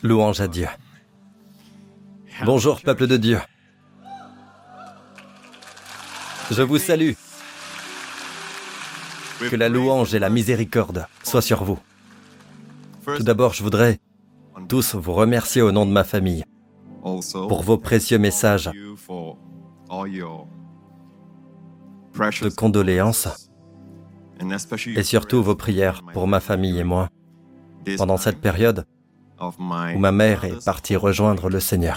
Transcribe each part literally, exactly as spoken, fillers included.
Louange à Dieu. Bonjour, peuple de Dieu. Je vous salue. Que la louange et la miséricorde soient sur vous. Tout d'abord, je voudrais tous vous remercier au nom de ma famille pour vos précieux messages de condoléances et surtout vos prières pour ma famille et moi pendant cette période où ma mère est partie rejoindre le Seigneur.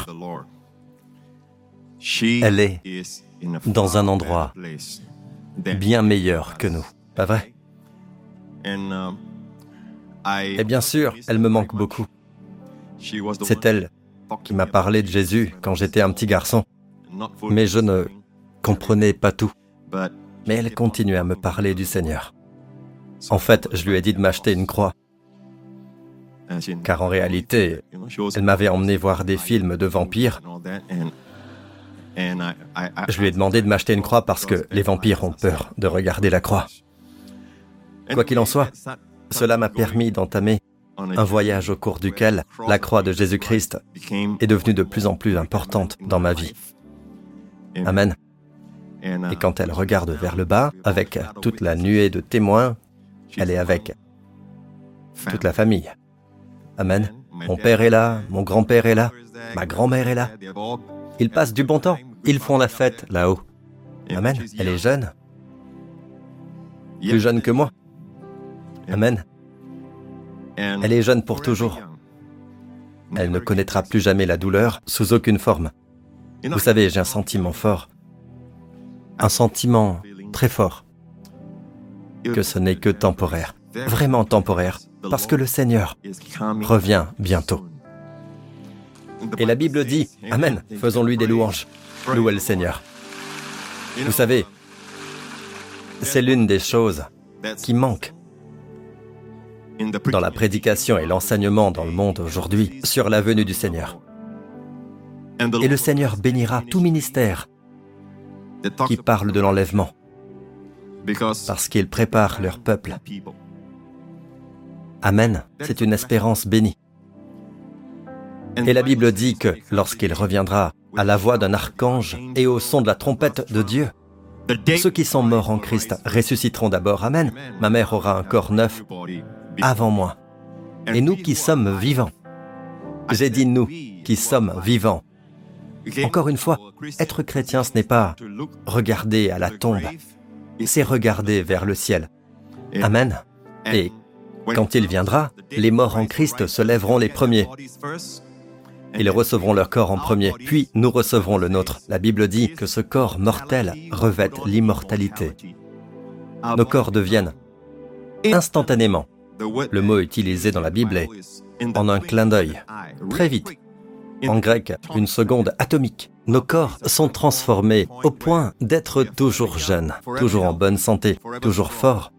Elle est dans un endroit bien meilleur que nous, pas vrai? Et bien sûr, elle me manque beaucoup. C'est elle qui m'a parlé de Jésus quand j'étais un petit garçon, mais je ne comprenais pas tout. Mais elle continue à me parler du Seigneur. En fait, je lui ai dit de m'acheter une croix, car en réalité, elle m'avait emmené voir des films de vampires. Je lui ai demandé de m'acheter une croix parce que les vampires ont peur de regarder la croix. Quoi qu'il en soit, cela m'a permis d'entamer un voyage au cours duquel la croix de Jésus-Christ est devenue de plus en plus importante dans ma vie. Amen. Et quand elle regarde vers le bas, avec toute la nuée de témoins, elle est avec toute la famille. Amen. Mon père est là, mon grand-père est là, ma grand-mère est là. Ils passent du bon temps, ils font la fête là-haut. Amen. Elle est jeune, plus jeune que moi. Amen. Elle est jeune pour toujours. Elle ne connaîtra plus jamais la douleur sous aucune forme. Vous savez, j'ai un sentiment fort, un sentiment très fort, que ce n'est que temporaire, vraiment temporaire, parce que le Seigneur revient bientôt. Et la Bible dit, Amen, faisons-lui des louanges, louez le Seigneur. Vous savez, c'est l'une des choses qui manque dans la prédication et l'enseignement dans le monde aujourd'hui sur la venue du Seigneur. Et le Seigneur bénira tout ministère qui parle de l'enlèvement, parce qu'il prépare leur peuple. Amen, c'est une espérance bénie. Et la Bible dit que lorsqu'il reviendra à la voix d'un archange et au son de la trompette de Dieu, ceux qui sont morts en Christ ressusciteront d'abord. Amen. Ma mère aura un corps neuf avant moi. Et nous qui sommes vivants, j'ai dit nous qui sommes vivants. Encore une fois, être chrétien, ce n'est pas regarder à la tombe, c'est regarder vers le ciel. Amen. Et quand il viendra, les morts en Christ se lèveront les premiers. Ils recevront leur corps en premier, puis nous recevrons le nôtre. La Bible dit que ce corps mortel revête l'immortalité. Nos corps deviennent instantanément. Le mot utilisé dans la Bible est en un clin d'œil, très vite. En grec, une seconde atomique. Nos corps sont transformés au point d'être toujours jeunes, toujours en bonne santé, toujours forts,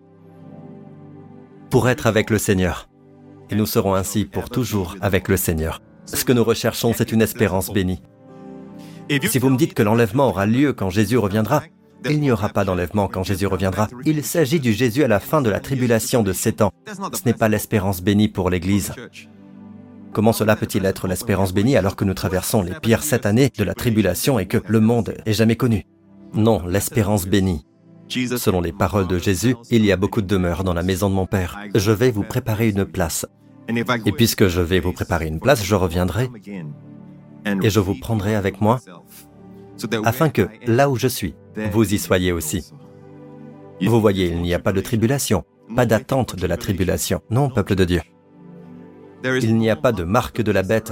pour être avec le Seigneur. Et nous serons ainsi pour toujours avec le Seigneur. Ce que nous recherchons, c'est une espérance bénie. Si vous me dites que l'enlèvement aura lieu quand Jésus reviendra, il n'y aura pas d'enlèvement quand Jésus reviendra. Il s'agit du Jésus à la fin de la tribulation de sept ans. Ce n'est pas l'espérance bénie pour l'Église. Comment cela peut-il être l'espérance bénie alors que nous traversons les pires sept années de la tribulation et que le monde est jamais connu? Non, l'espérance bénie. Selon les paroles de Jésus, il y a beaucoup de demeures dans la maison de mon Père. Je vais vous préparer une place. Et puisque je vais vous préparer une place, je reviendrai et je vous prendrai avec moi afin que, là où je suis, vous y soyez aussi. Vous voyez, il n'y a pas de tribulation, pas d'attente de la tribulation. Non, peuple de Dieu. Il n'y a pas de marque de la bête.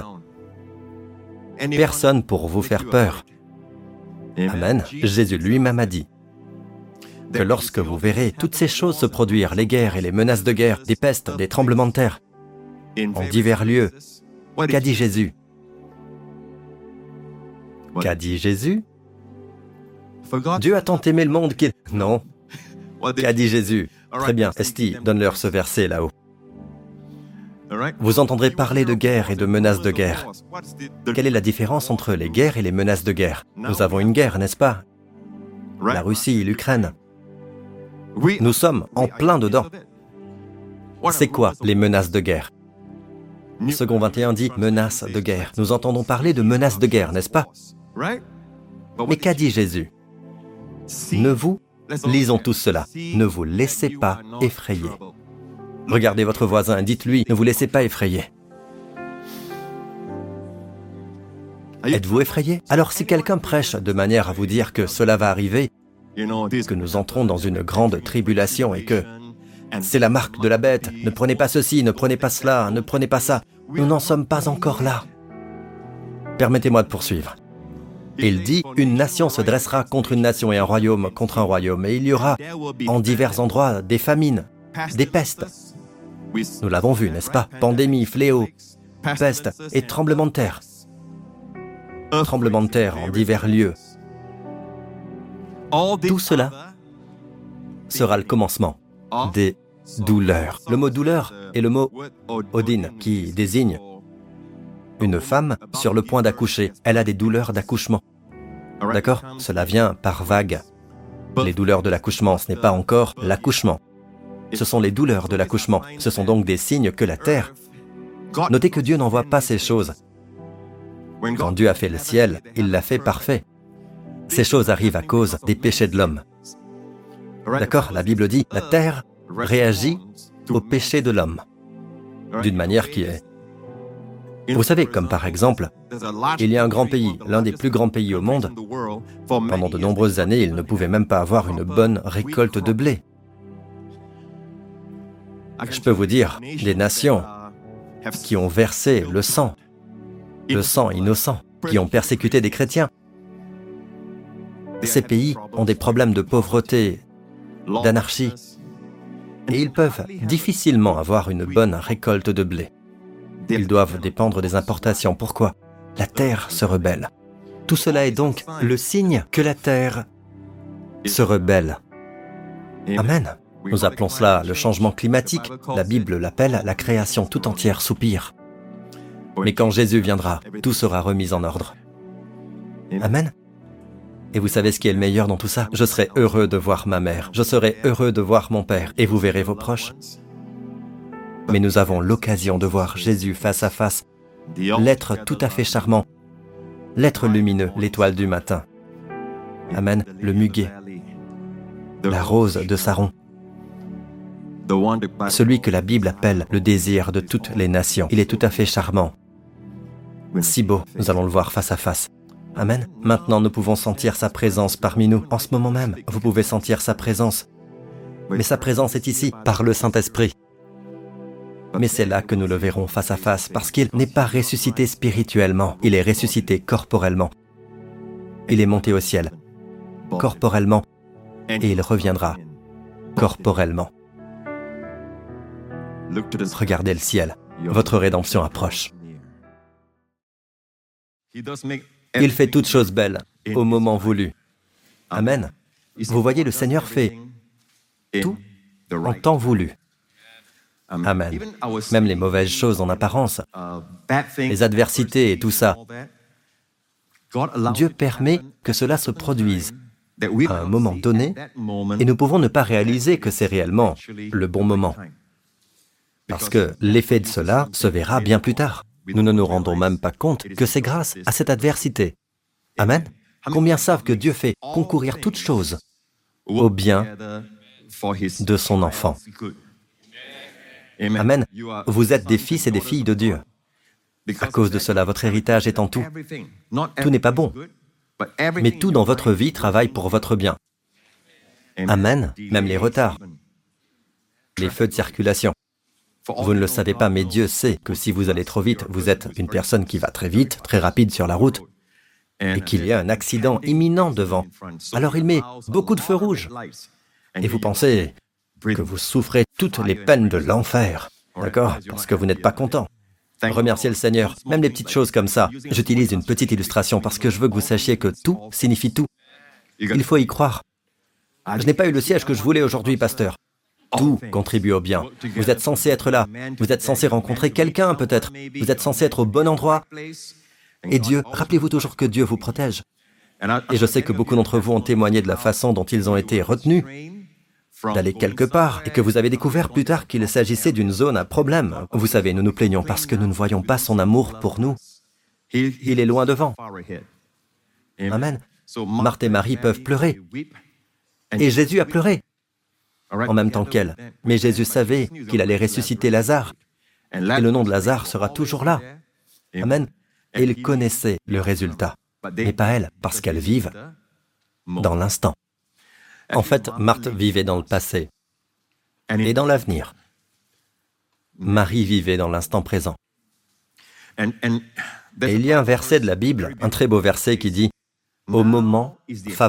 Personne pour vous faire peur. Amen. Jésus lui-même a dit que lorsque vous verrez toutes ces choses se produire, les guerres et les menaces de guerre, des pestes, des tremblements de terre, en divers lieux, qu'a dit Jésus? Qu'a dit Jésus? Dieu a tant aimé le monde qu'il... Non. Qu'a dit Jésus? Très bien, Esti, donne-leur ce verset là-haut. Vous entendrez parler de guerre et de menaces de guerre. Quelle est la différence entre les guerres et les menaces de guerre? Nous avons une guerre, n'est-ce pas? La Russie et l'Ukraine. Nous sommes en plein dedans. C'est quoi les menaces de guerre? Second vingt et un dit « menace de guerre ». Nous entendons parler de menace de guerre, n'est-ce pas? Mais qu'a dit Jésus? Ne vous, lisons tous cela, ne vous laissez pas effrayer. Regardez votre voisin et dites-lui, ne vous laissez pas effrayer. Êtes-vous effrayé? Alors si quelqu'un prêche de manière à vous dire que cela va arriver, que nous entrons dans une grande tribulation et que c'est la marque de la bête, ne prenez pas ceci, ne prenez pas cela, ne prenez pas ça, nous n'en sommes pas encore là. Permettez-moi de poursuivre. Il dit, une nation se dressera contre une nation et un royaume contre un royaume, et il y aura en divers endroits des famines, des pestes. Nous l'avons vu, n'est-ce pas? Pandémie, fléau, peste et tremblement de terre. Tremblement de terre en divers lieux. Tout cela sera le commencement des douleurs. Le mot douleur est le mot Odin, qui désigne une femme sur le point d'accoucher. Elle a des douleurs d'accouchement. D'accord? Cela vient par vagues. Les douleurs de l'accouchement, ce n'est pas encore l'accouchement. Ce sont les douleurs de l'accouchement. Ce sont donc des signes que la terre... Notez que Dieu n'envoie pas ces choses. Quand Dieu a fait le ciel, il l'a fait parfait. Ces choses arrivent à cause des péchés de l'homme. D'accord? La Bible dit, la terre réagit au péché de l'homme d'une manière qui est... Vous savez, comme par exemple, il y a un grand pays, l'un des plus grands pays au monde. Pendant de nombreuses années, il ne pouvait même pas avoir une bonne récolte de blé. Je peux vous dire, des nations qui ont versé le sang, le sang innocent, qui ont persécuté des chrétiens. Ces pays ont des problèmes de pauvreté, d'anarchie, et ils peuvent difficilement avoir une bonne récolte de blé. Ils doivent dépendre des importations. Pourquoi? La terre se rebelle. Tout cela est donc le signe que la terre se rebelle. Amen. Nous appelons cela le changement climatique. La Bible l'appelle la création tout entière soupire. Mais quand Jésus viendra, tout sera remis en ordre. Amen. Et vous savez ce qui est le meilleur dans tout ça? Je serai heureux de voir ma mère, je serai heureux de voir mon père, et vous verrez vos proches. Mais nous avons l'occasion de voir Jésus face à face, l'être tout à fait charmant, l'être lumineux, l'étoile du matin. Amen, le muguet, la rose de Saron, celui que la Bible appelle le désir de toutes les nations. Il est tout à fait charmant, si beau, nous allons le voir face à face. Amen. Maintenant, nous pouvons sentir sa présence parmi nous. En ce moment même, vous pouvez sentir sa présence. Mais sa présence est ici, par le Saint-Esprit. Mais c'est là que nous le verrons face à face, parce qu'il n'est pas ressuscité spirituellement, il est ressuscité corporellement. Il est monté au ciel, corporellement, et il reviendra corporellement. Regardez le ciel, votre rédemption approche. Il fait toutes choses belles au moment voulu. Amen. Vous voyez, le Seigneur fait tout en temps voulu. Amen. Même les mauvaises choses en apparence, les adversités et tout ça, Dieu permet que cela se produise à un moment donné, et nous pouvons ne pas réaliser que c'est réellement le bon moment. Parce que l'effet de cela se verra bien plus tard. Nous ne nous rendons même pas compte que c'est grâce à cette adversité. Amen. Combien savent que Dieu fait concourir toutes choses au bien de son enfant? Amen. Vous êtes des fils et des filles de Dieu. À cause de cela, votre héritage est en tout. Tout n'est pas bon, mais tout dans votre vie travaille pour votre bien. Amen. Même les retards, les feux de circulation. Vous ne le savez pas, mais Dieu sait que si vous allez trop vite, vous êtes une personne qui va très vite, très rapide sur la route, et qu'il y a un accident imminent devant. Alors il met beaucoup de feux rouges. Et vous pensez que vous souffrez toutes les peines de l'enfer, d'accord? Parce que vous n'êtes pas content. Remerciez le Seigneur, même les petites choses comme ça. J'utilise une petite illustration parce que je veux que vous sachiez que tout signifie tout. Il faut y croire. Je n'ai pas eu le siège que je voulais aujourd'hui, pasteur. Tout contribue au bien. Vous êtes censé être là. Vous êtes censé rencontrer quelqu'un, peut-être. Vous êtes censé être au bon endroit. Et Dieu, rappelez-vous toujours que Dieu vous protège. Et je sais que beaucoup d'entre vous ont témoigné de la façon dont ils ont été retenus d'aller quelque part et que vous avez découvert plus tard qu'il s'agissait d'une zone à problème. Vous savez, nous nous plaignons parce que nous ne voyons pas son amour pour nous. Il est loin devant. Amen. Marthe et Marie peuvent pleurer. Et Jésus a pleuré en même temps qu'elle. Mais Jésus savait qu'il allait ressusciter Lazare. Et le nom de Lazare sera toujours là. Amen. Et il connaissait le résultat. Mais pas elle, parce qu'elle vive dans l'instant. En fait, Marthe vivait dans le passé et dans l'avenir. Marie vivait dans l'instant présent. Et il y a un verset de la Bible, un très beau verset qui dit « Au moment favorable ».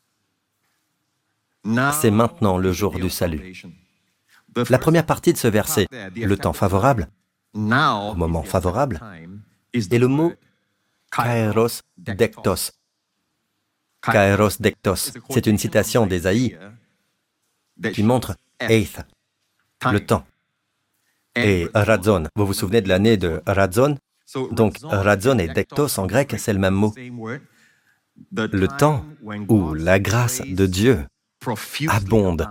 C'est maintenant le jour du salut. La première partie de ce verset, le temps favorable, au moment favorable, est le mot « kairos dektos ». Kairos dektos, c'est une citation d'Ésaïe qui montre Eith, le temps. Et Radzon, vous vous souvenez de l'année de Radzon? Donc Radzon et dektos en grec, c'est le même mot. Le temps où la grâce de Dieu abonde.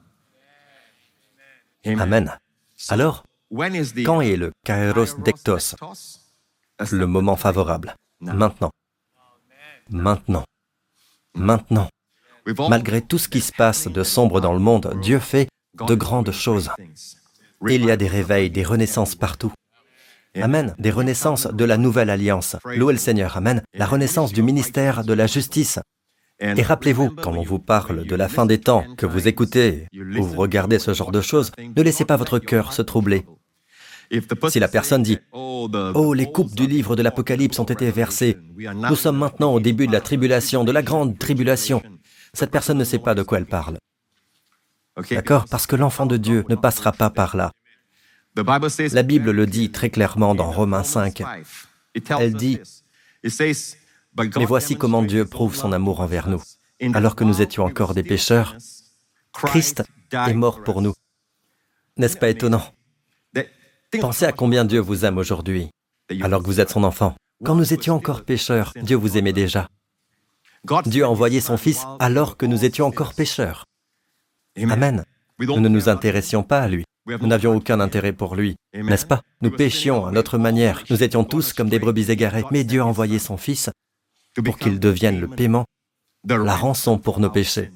Amen. Alors, quand est le Kairos dektos? Le moment favorable. Maintenant. Maintenant. Maintenant. Malgré tout ce qui se passe de sombre dans le monde, Dieu fait de grandes choses. Il y a des réveils, des renaissances partout. Amen. Des renaissances de la nouvelle alliance. Louez le Seigneur. Amen. La renaissance du ministère de la justice. Et rappelez-vous, quand on vous parle de la fin des temps, que vous écoutez ou vous regardez ce genre de choses, ne laissez pas votre cœur se troubler. Si la personne dit « Oh, les coupes du livre de l'Apocalypse ont été versées. Nous sommes maintenant au début de la tribulation, de la grande tribulation. » Cette personne ne sait pas de quoi elle parle. D'accord? Parce que l'enfant de Dieu ne passera pas par là. La Bible le dit très clairement dans Romains cinq. Elle dit « Mais voici comment Dieu prouve son amour envers nous. Alors que nous étions encore des pécheurs, Christ est mort pour nous. » N'est-ce pas étonnant? Pensez à combien Dieu vous aime aujourd'hui, alors que vous êtes son enfant. Quand nous étions encore pécheurs, Dieu vous aimait déjà. Dieu a envoyé son Fils alors que nous étions encore pécheurs. Amen. Nous ne nous intéressions pas à lui. Nous n'avions aucun intérêt pour lui, n'est-ce pas? Nous péchions à notre manière. Nous étions tous comme des brebis égarées. Mais Dieu a envoyé son Fils pour qu'il devienne le paiement, la rançon pour nos péchés.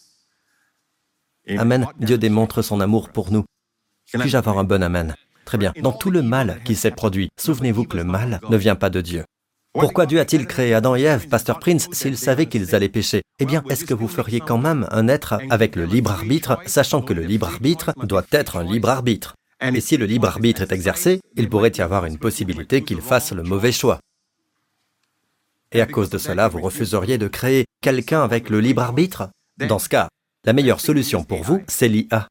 Amen. Dieu démontre son amour pour nous. Puis-je avoir un bon amen? Très bien. Dans tout le mal qui s'est produit, souvenez-vous que le mal ne vient pas de Dieu. Pourquoi Dieu a-t-il créé Adam et Ève, Pasteur Prince, s'il savait qu'ils allaient pécher? Eh bien, est-ce que vous feriez quand même un être avec le libre arbitre, sachant que le libre arbitre doit être un libre arbitre? Et si le libre arbitre est exercé, il pourrait y avoir une possibilité qu'il fasse le mauvais choix. Et à cause de cela, vous refuseriez de créer quelqu'un avec le libre arbitre? Dans ce cas, la meilleure solution pour vous, c'est l'I A.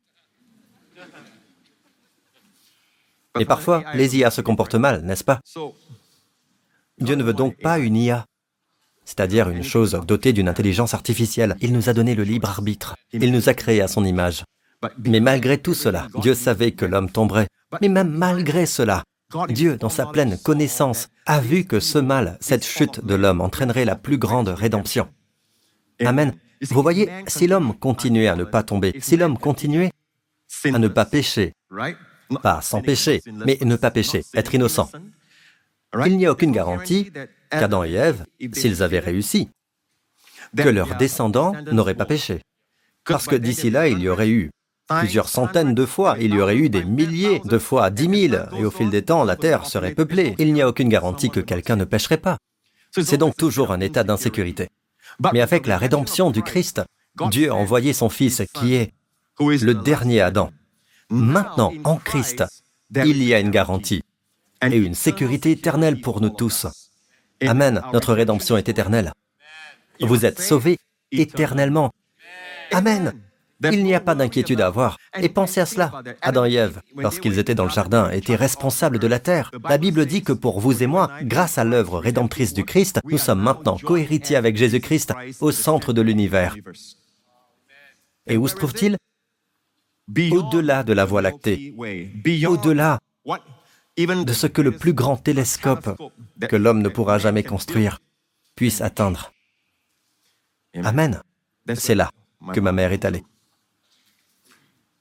Et parfois, les I A se comportent mal, n'est-ce pas? Dieu ne veut donc pas une I A, c'est-à-dire une chose dotée d'une intelligence artificielle. Il nous a donné le libre arbitre. Il nous a créés à son image. Mais malgré tout cela, Dieu savait que l'homme tomberait. Mais même malgré cela, Dieu, dans sa pleine connaissance, a vu que ce mal, cette chute de l'homme, entraînerait la plus grande rédemption. Amen. Vous voyez, si l'homme continuait à ne pas tomber, si l'homme continuait à ne pas pécher, pas sans péché, mais ne pas pécher, être innocent, il n'y a aucune garantie qu'Adam et Ève, s'ils avaient réussi, que leurs descendants n'auraient pas péché. Parce que d'ici là, il y aurait eu plusieurs centaines de fois, il y aurait eu des milliers de fois, dix mille, et au fil des temps, la terre serait peuplée. Il n'y a aucune garantie que quelqu'un ne pécherait pas. C'est donc toujours un état d'insécurité. Mais avec la rédemption du Christ, Dieu a envoyé son Fils qui est le dernier Adam. Maintenant, en Christ, il y a une garantie et une sécurité éternelle pour nous tous. Amen. Notre rédemption est éternelle. Vous êtes sauvés éternellement. Amen. Il n'y a pas d'inquiétude à avoir. Et pensez à cela. Adam et Ève, lorsqu'ils étaient dans le jardin, étaient responsables de la terre. La Bible dit que pour vous et moi, grâce à l'œuvre rédemptrice du Christ, nous sommes maintenant cohéritiers avec Jésus-Christ au centre de l'univers. Et où se trouve-t-il? Au-delà de la Voie lactée, au-delà de ce que le plus grand télescope que l'homme ne pourra jamais construire puisse atteindre. Amen. C'est là que ma mère est allée.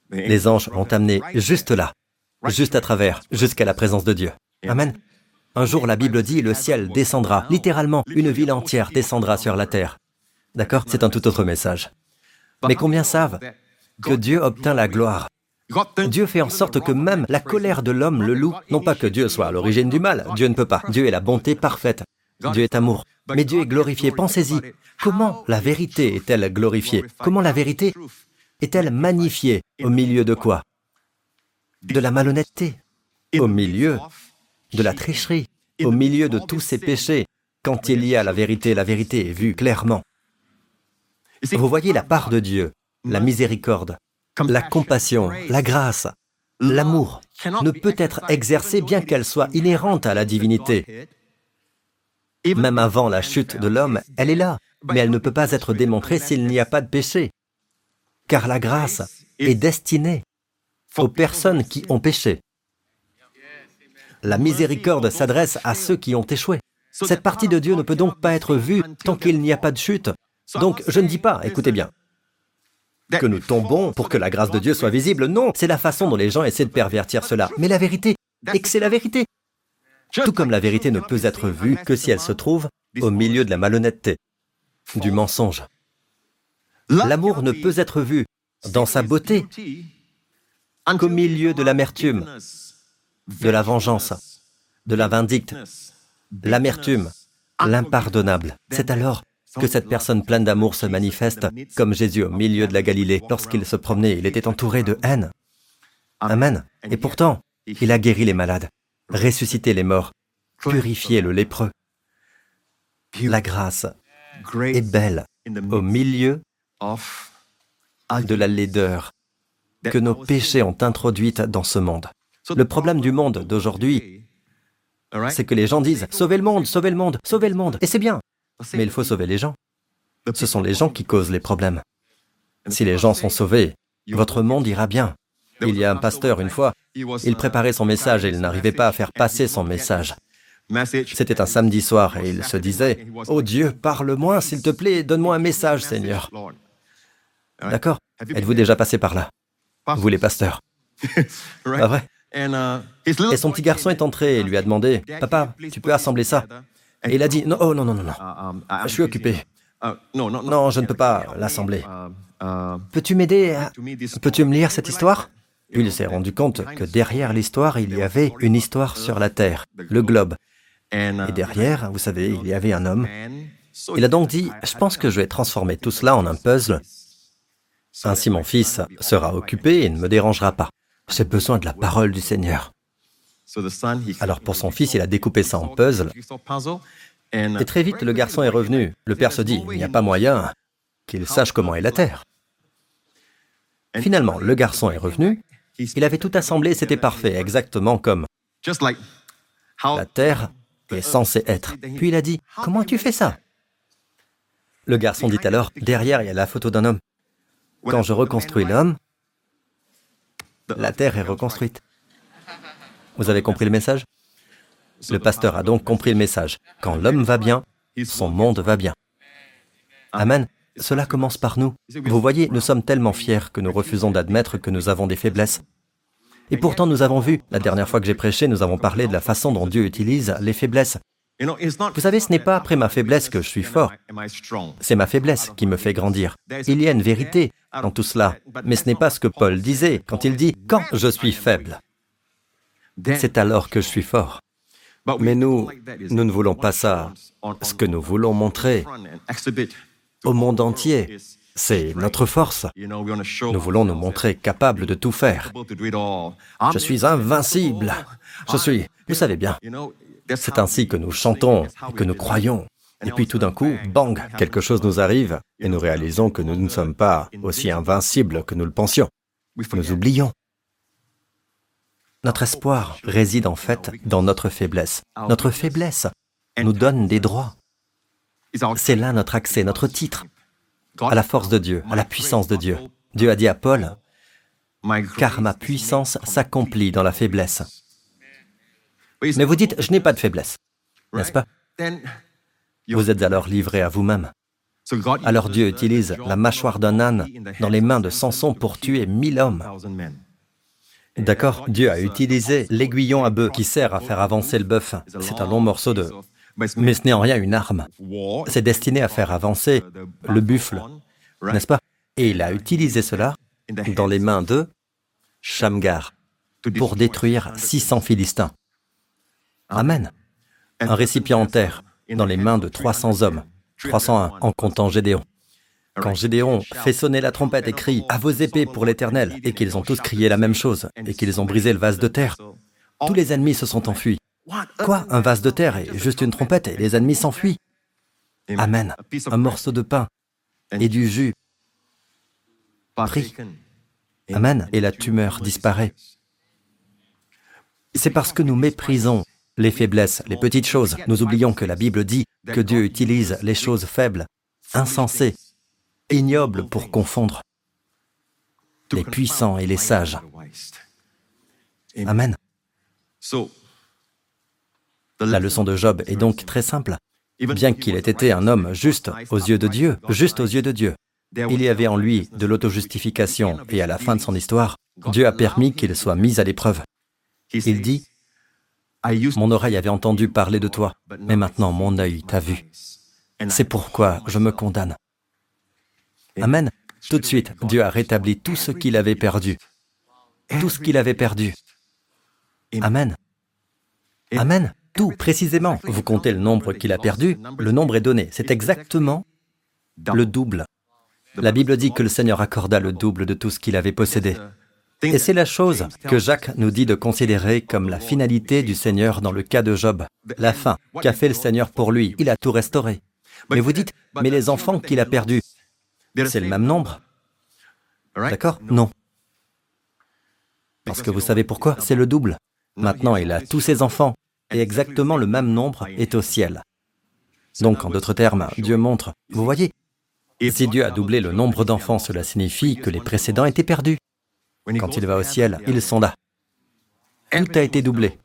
Les anges l'ont amené juste là, juste à travers, jusqu'à la présence de Dieu. Amen. Un jour, la Bible dit, le ciel descendra. Littéralement, une ville entière descendra sur la terre. D'accord? C'est un tout autre message. Mais combien savent que Dieu obtint la gloire? Dieu fait en sorte que même la colère de l'homme le loue. Non pas que Dieu soit à l'origine du mal, Dieu ne peut pas. Dieu est la bonté parfaite. Dieu est amour. Mais Dieu est glorifié. Pensez-y. Comment la vérité est-elle glorifiée? Comment la vérité est-elle magnifiée? Au milieu de quoi? De la malhonnêteté. Au milieu de la tricherie. Au milieu de tous ces péchés. Quand il y a la vérité, la vérité est vue clairement. Vous voyez la part de Dieu, la miséricorde, la compassion, la grâce, l'amour ne peut être exercée bien qu'elle soit inhérente à la divinité. Même avant la chute de l'homme, elle est là, mais elle ne peut pas être démontrée s'il n'y a pas de péché. Car la grâce est destinée aux personnes qui ont péché. La miséricorde s'adresse à ceux qui ont échoué. Cette partie de Dieu ne peut donc pas être vue tant qu'il n'y a pas de chute. Donc, je ne dis pas, écoutez bien, que nous tombons pour que la grâce de Dieu soit visible. Non, c'est la façon dont les gens essaient de pervertir cela. Mais la vérité est que c'est la vérité. Tout comme la vérité ne peut être vue que si elle se trouve au milieu de la malhonnêteté, du mensonge. L'amour ne peut être vu dans sa beauté qu'au milieu de l'amertume, de la vengeance, de la vindicte, l'amertume, l'impardonnable. C'est alors que cette personne pleine d'amour se manifeste comme Jésus au milieu de la Galilée. Lorsqu'il se promenait, il était entouré de haine. Amen. Et pourtant, il a guéri les malades, ressuscité les morts, purifié le lépreux. La grâce est belle au milieu de la laideur que nos péchés ont introduite dans ce monde. Le problème du monde d'aujourd'hui, c'est que les gens disent « Sauvez le monde, sauvez le monde, sauvez le monde !» Et c'est bien, mais il faut sauver les gens. Ce sont les gens qui causent les problèmes. Si les gens sont sauvés, votre monde ira bien. Il y a un pasteur, une fois, il préparait son message et il n'arrivait pas à faire passer son message. C'était un samedi soir et il se disait « Oh Dieu, parle-moi, s'il te plaît, donne-moi un message, Seigneur. » D'accord? Êtes-vous déjà passé par là? Vous les pasteurs. Pas vrai? Et son petit garçon est entré et lui a demandé « Papa, tu peux assembler ça ?» Et il a dit « Non, oh, non, non, non, non, je suis occupé. Non, je ne peux pas l'assembler. Peux-tu m'aider à... Peux-tu me lire cette histoire ?» Puis il s'est rendu compte que derrière l'histoire, il y avait une histoire sur la Terre, le globe. Et derrière, vous savez, il y avait un homme. Il a donc dit « Je pense que je vais transformer tout cela en un puzzle. Ainsi mon fils sera occupé et ne me dérangera pas. J'ai besoin de la parole du Seigneur. » Alors pour son fils, il a découpé ça en puzzle. Et très vite, le garçon est revenu. Le père se dit, il n'y a pas moyen qu'il sache comment est la terre. Finalement, le garçon est revenu. Il avait tout assemblé, c'était parfait, exactement comme la terre est censée être. Puis il a dit, comment tu fais ça? Le garçon dit alors, derrière, il y a la photo d'un homme. Quand je reconstruis l'homme, la terre est reconstruite. Vous avez compris le message? Le pasteur a donc compris le message. Quand l'homme va bien, son monde va bien. Amen. Cela commence par nous. Vous voyez, nous sommes tellement fiers que nous refusons d'admettre que nous avons des faiblesses. Et pourtant, nous avons vu, la dernière fois que j'ai prêché, nous avons parlé de la façon dont Dieu utilise les faiblesses. Vous savez, ce n'est pas après ma faiblesse que je suis fort. C'est ma faiblesse qui me fait grandir. Il y a une vérité dans tout cela. Mais ce n'est pas ce que Paul disait quand il dit « Quand je suis faible, c'est alors que je suis fort. » Mais nous, nous ne voulons pas ça. Ce que nous voulons montrer au monde entier, c'est notre force. Nous voulons nous montrer capables de tout faire. Je suis invincible. Je suis... Vous savez bien, c'est ainsi que nous chantons et que nous croyons. Et puis tout d'un coup, bang, quelque chose nous arrive et nous réalisons que nous ne sommes pas aussi invincibles que nous le pensions. Nous oublions. Notre espoir réside en fait dans notre faiblesse. Notre faiblesse nous donne des droits. C'est là notre accès, notre titre à la force de Dieu, à la puissance de Dieu. Dieu a dit à Paul, « Car ma puissance s'accomplit dans la faiblesse. » Mais vous dites, « Je n'ai pas de faiblesse. » N'est-ce pas? Vous êtes alors livré à vous-même. Alors Dieu utilise la mâchoire d'un âne dans les mains de Samson pour tuer mille hommes. D'accord? Dieu a utilisé l'aiguillon à bœuf qui sert à faire avancer le bœuf. C'est un long morceau de... Mais ce n'est en rien une arme. C'est destiné à faire avancer le buffle, n'est-ce pas? Et il a utilisé cela dans les mains de Shamgar pour détruire six cents Philistins. Amen. Un récipient en terre dans les mains de trois cents hommes, trois cent un en comptant Gédéon. Quand Gédéon fait sonner la trompette et crie « À vos épées pour l'Éternel » et qu'ils ont tous crié la même chose et qu'ils ont brisé le vase de terre, tous les ennemis se sont enfuis. Quoi? Un vase de terre et juste une trompette et les ennemis s'enfuient? Amen. Un morceau de pain et du jus pris. Amen. Et la tumeur disparaît. C'est parce que nous méprisons les faiblesses, les petites choses. Nous oublions que la Bible dit que Dieu utilise les choses faibles, insensées, ignobles pour confondre les puissants et les sages. Amen. La leçon de Job est donc très simple. Bien qu'il ait été un homme juste aux yeux de Dieu, juste aux yeux de Dieu, il y avait en lui de l'autojustification et à la fin de son histoire, Dieu a permis qu'il soit mis à l'épreuve. Il dit, « Mon oreille avait entendu parler de toi, mais maintenant mon œil t'a vu. C'est pourquoi je me condamne. » Amen. Tout de suite, Dieu a rétabli tout ce qu'il avait perdu. Tout ce qu'il avait perdu. Amen. Amen. Tout, précisément. Vous comptez le nombre qu'il a perdu, le nombre est donné. C'est exactement le double. La Bible dit que le Seigneur accorda le double de tout ce qu'il avait possédé. Et c'est la chose que Jacques nous dit de considérer comme la finalité du Seigneur dans le cas de Job. La fin qu'a fait le Seigneur pour lui, il a tout restauré. Mais vous dites, mais les enfants qu'il a perdus, c'est le même nombre? D'accord? Non. Parce que vous savez pourquoi? C'est le double. Maintenant, il a tous ses enfants, et exactement le même nombre est au ciel. Donc, en d'autres termes, Dieu montre, vous voyez, si Dieu a doublé le nombre d'enfants, cela signifie que les précédents étaient perdus. Quand il va au ciel, ils sont là. Tout a été doublé.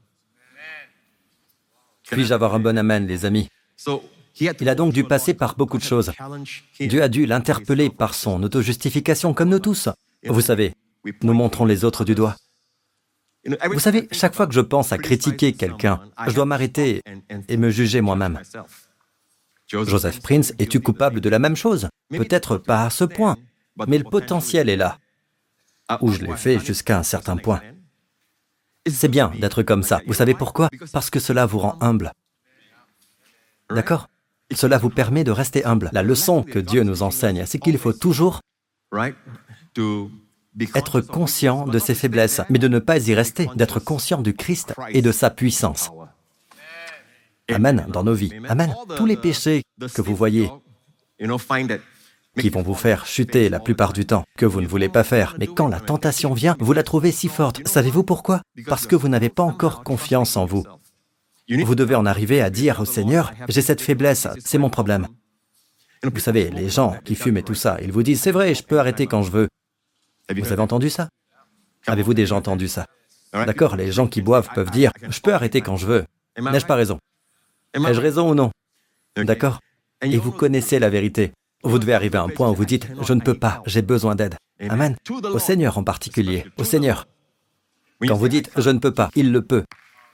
Puis-je avoir un bon amen, les amis? Il a donc dû passer par beaucoup de choses. Dieu a dû l'interpeller par son autojustification, comme nous tous. Vous savez, nous montrons les autres du doigt. Vous savez, chaque fois que je pense à critiquer quelqu'un, je dois m'arrêter et me juger moi-même. Joseph Prince, es-tu coupable de la même chose? Peut-être pas à ce point, mais le potentiel est là, où je l'ai fait jusqu'à un certain point. C'est bien d'être comme ça. Vous savez pourquoi? Parce que cela vous rend humble. D'accord? Cela vous permet de rester humble. La leçon que Dieu nous enseigne, c'est qu'il faut toujours être conscient de ses faiblesses, mais de ne pas y rester, d'être conscient du Christ et de sa puissance. Amen, dans nos vies. Amen. Tous les péchés que vous voyez, qui vont vous faire chuter la plupart du temps, que vous ne voulez pas faire, mais quand la tentation vient, vous la trouvez si forte. Savez-vous pourquoi? Parce que vous n'avez pas encore confiance en vous. Vous devez en arriver à dire au Seigneur, « J'ai cette faiblesse, c'est mon problème. » Vous savez, les gens qui fument et tout ça, ils vous disent, « C'est vrai, je peux arrêter quand je veux. » Vous avez entendu ça? Avez-vous déjà entendu ça? D'accord, les gens qui boivent peuvent dire, « Je peux arrêter quand je veux. » N'ai-je pas raison? Ai-je raison ou non? D'accord? Et vous connaissez la vérité. Vous devez arriver à un point où vous dites, « Je ne peux pas, j'ai besoin d'aide. » Amen. Au Seigneur en particulier, au Seigneur. Quand vous dites, « Je ne peux pas », il le peut.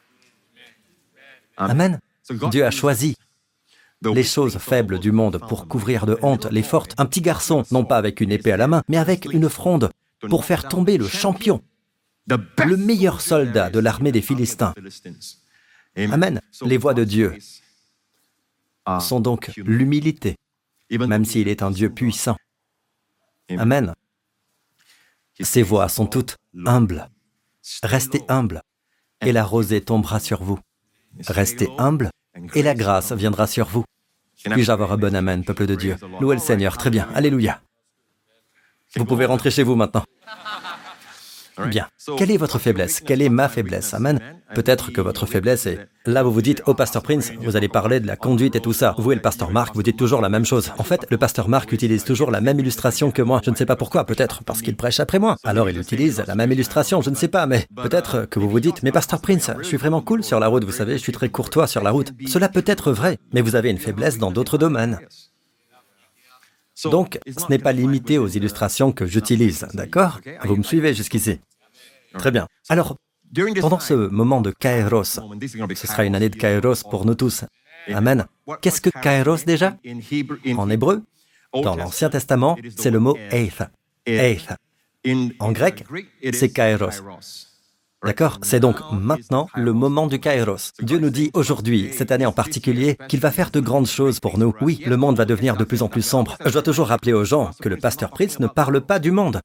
Amen. Dieu a choisi les choses faibles du monde pour couvrir de honte les fortes. Un petit garçon, non pas avec une épée à la main, mais avec une fronde, pour faire tomber le champion, le meilleur soldat de l'armée des Philistins. Amen. Les voies de Dieu sont donc l'humilité, même s'il est un Dieu puissant. Amen. Ses voies sont toutes humbles. Restez humbles, et la rosée tombera sur vous. Restez humbles, et la grâce viendra sur vous. Puis-je avoir un bon amen, peuple de Dieu? Louez le Seigneur, très bien, alléluia. Vous pouvez rentrer chez vous maintenant. Bien. Quelle est votre faiblesse? Quelle est ma faiblesse? Amen. Peut-être que votre faiblesse est... Là, vous vous dites, oh, Pasteur Prince, vous allez parler de la conduite et tout ça. Vous et le Pasteur Mark, vous dites toujours la même chose. En fait, le Pasteur Mark utilise toujours la même illustration que moi. Je ne sais pas pourquoi, peut-être parce qu'il prêche après moi. Alors il utilise la même illustration, je ne sais pas, mais peut-être que vous vous dites, mais Pasteur Prince, je suis vraiment cool sur la route, vous savez, je suis très courtois sur la route. Cela peut être vrai, mais vous avez une faiblesse dans d'autres domaines. Donc, ce n'est pas limité aux illustrations que j'utilise, d'accord? Vous me suivez jusqu'ici? Très bien. Alors, pendant ce moment de Kairos, ce sera une année de Kairos pour nous tous. Amen. Qu'est-ce que Kairos déjà? En hébreu, dans l'Ancien Testament, c'est le mot Eith. Eith. En grec, c'est Kairos. D'accord? C'est donc maintenant le moment du Kairos. Dieu nous dit aujourd'hui, cette année en particulier, qu'il va faire de grandes choses pour nous. Oui, le monde va devenir de plus en plus sombre. Je dois toujours rappeler aux gens que le pasteur Prince ne parle pas du monde.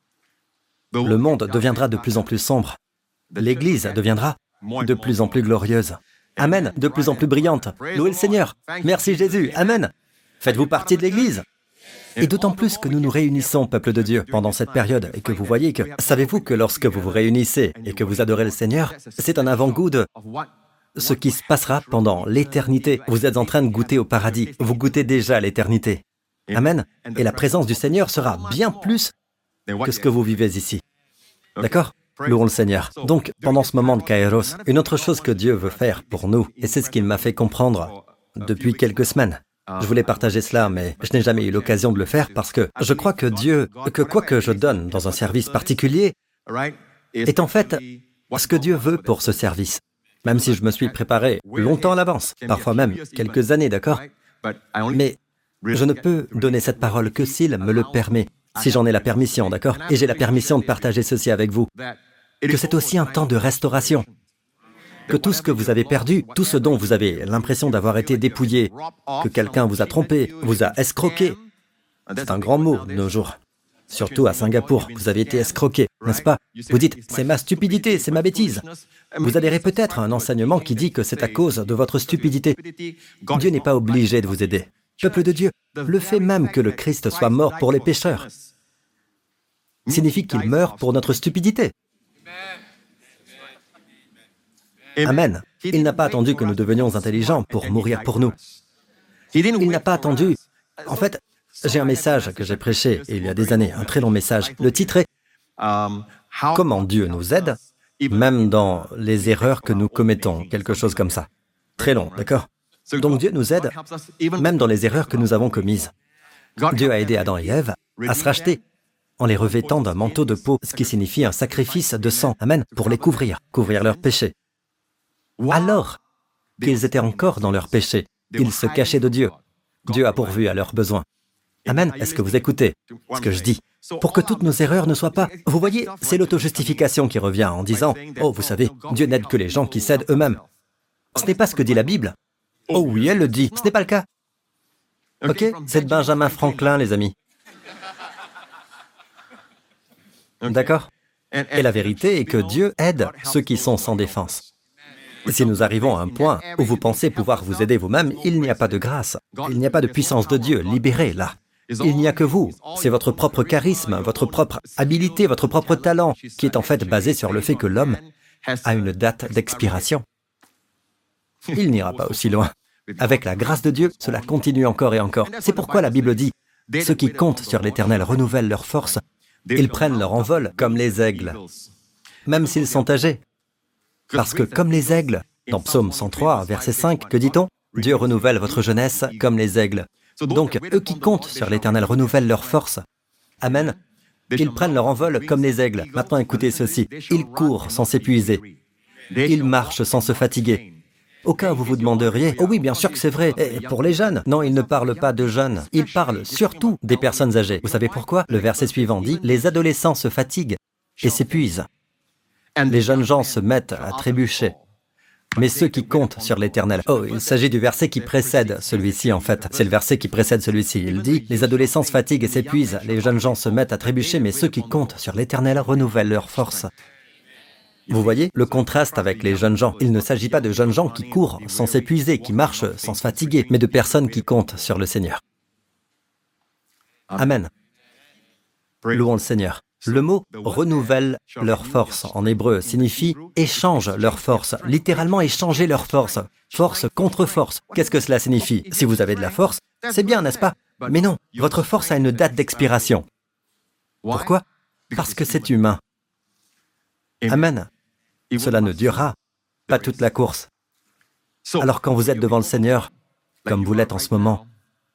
Le monde deviendra de plus en plus sombre. L'Église deviendra de plus en plus glorieuse. Amen, de plus en plus brillante. Louez le Seigneur. Merci Jésus. Amen. Faites-vous partie de l'Église? Et d'autant plus que nous nous réunissons, peuple de Dieu, pendant cette période, et que vous voyez que, savez-vous que lorsque vous vous réunissez et que vous adorez le Seigneur, c'est un avant-goût de ce qui se passera pendant l'éternité. Vous êtes en train de goûter au paradis, vous goûtez déjà l'éternité. Amen. Et la présence du Seigneur sera bien plus que ce que vous vivez ici. D'accord? Louons le Seigneur. Donc, pendant ce moment de Kairos, une autre chose que Dieu veut faire pour nous, et c'est ce qu'il m'a fait comprendre depuis quelques semaines. Je voulais partager cela, mais je n'ai jamais eu l'occasion de le faire parce que je crois que Dieu, que quoi que je donne dans un service particulier, est en fait ce que Dieu veut pour ce service. Même si je me suis préparé longtemps à l'avance, parfois même quelques années, d'accord? Mais je ne peux donner cette parole que s'il me le permet, si j'en ai la permission, d'accord? Et j'ai la permission de partager ceci avec vous, que c'est aussi un temps de restauration. Que tout ce que vous avez perdu, tout ce dont vous avez l'impression d'avoir été dépouillé, que quelqu'un vous a trompé, vous a escroqué, c'est un grand mot de nos jours. Surtout à Singapour, vous avez été escroqué, n'est-ce pas? Vous dites, c'est ma stupidité, c'est ma bêtise. Vous adhérez peut-être à un enseignement qui dit que c'est à cause de votre stupidité. Dieu n'est pas obligé de vous aider. Peuple de Dieu, le fait même que le Christ soit mort pour les pécheurs signifie qu'il meurt pour notre stupidité. Amen. Il n'a pas attendu que nous devenions intelligents pour mourir pour nous. Il n'a pas attendu... En fait, j'ai un message que j'ai prêché il y a des années, un très long message. Le titre est « Comment Dieu nous aide, même dans les erreurs que nous commettons », quelque chose comme ça. Très long, d'accord? Donc Dieu nous aide, même dans les erreurs que nous avons commises. Dieu a aidé Adam et Ève à se racheter en les revêtant d'un manteau de peau, ce qui signifie un sacrifice de sang, amen, pour les couvrir, couvrir leurs péchés. Alors qu'ils étaient encore dans leurs péchés, ils se cachaient de Dieu. Dieu a pourvu à leurs besoins. Amen. Est-ce que vous écoutez ce que je dis? Pour que toutes nos erreurs ne soient pas... Vous voyez, c'est l'autojustification qui revient en disant « Oh, vous savez, Dieu n'aide que les gens qui s'aident eux-mêmes. » Ce n'est pas ce que dit la Bible. Oh oui, elle le dit. Ce n'est pas le cas. Ok? C'est de Benjamin Franklin, les amis. D'accord? Et la vérité est que Dieu aide ceux qui sont sans défense. Si nous arrivons à un point où vous pensez pouvoir vous aider vous-même, il n'y a pas de grâce. Il n'y a pas de puissance de Dieu libérée là. Il n'y a que vous. C'est votre propre charisme, votre propre habilité, votre propre talent, qui est en fait basé sur le fait que l'homme a une date d'expiration. Il n'ira pas aussi loin. Avec la grâce de Dieu, cela continue encore et encore. C'est pourquoi la Bible dit « Ceux qui comptent sur l'Éternel renouvellent leur force. Ils prennent leur envol comme les aigles, même s'ils sont âgés. » Parce que comme les aigles, dans Psaume cent trois, verset cinq, que dit-on? Dieu renouvelle votre jeunesse comme les aigles. Donc, eux qui comptent sur l'Éternel renouvellent leur force. Amen. Ils prennent leur envol comme les aigles. Maintenant, écoutez ceci. Ils courent sans s'épuiser. Ils marchent sans se fatiguer. Au cas où vous vous demanderiez, oh oui, bien sûr que c'est vrai. Et pour les jeunes, non, il ne parle pas de jeunes. Il parle surtout des personnes âgées. Vous savez pourquoi? Le verset suivant dit, les adolescents se fatiguent et s'épuisent. Les jeunes gens se mettent à trébucher. Mais ceux qui comptent sur l'Éternel... Oh, il s'agit du verset qui précède celui-ci, en fait. C'est le verset qui précède celui-ci. Il dit, les adolescents se fatiguent et s'épuisent. Les jeunes gens se mettent à trébucher, mais ceux qui comptent sur l'Éternel renouvellent leur force. Vous voyez le contraste avec les jeunes gens. Il ne s'agit pas de jeunes gens qui courent sans s'épuiser, qui marchent sans se fatiguer, mais de personnes qui comptent sur le Seigneur. Amen. Louons le Seigneur. Le mot « renouvelle leur force » en hébreu signifie « échange leur force », littéralement « échanger leur force », force contre force. Qu'est-ce que cela signifie? Si vous avez de la force, c'est bien, n'est-ce pas? Mais non, votre force a une date d'expiration. Pourquoi? Parce que c'est humain. Amen. Cela ne durera pas toute la course. Alors quand vous êtes devant le Seigneur, comme vous l'êtes en ce moment,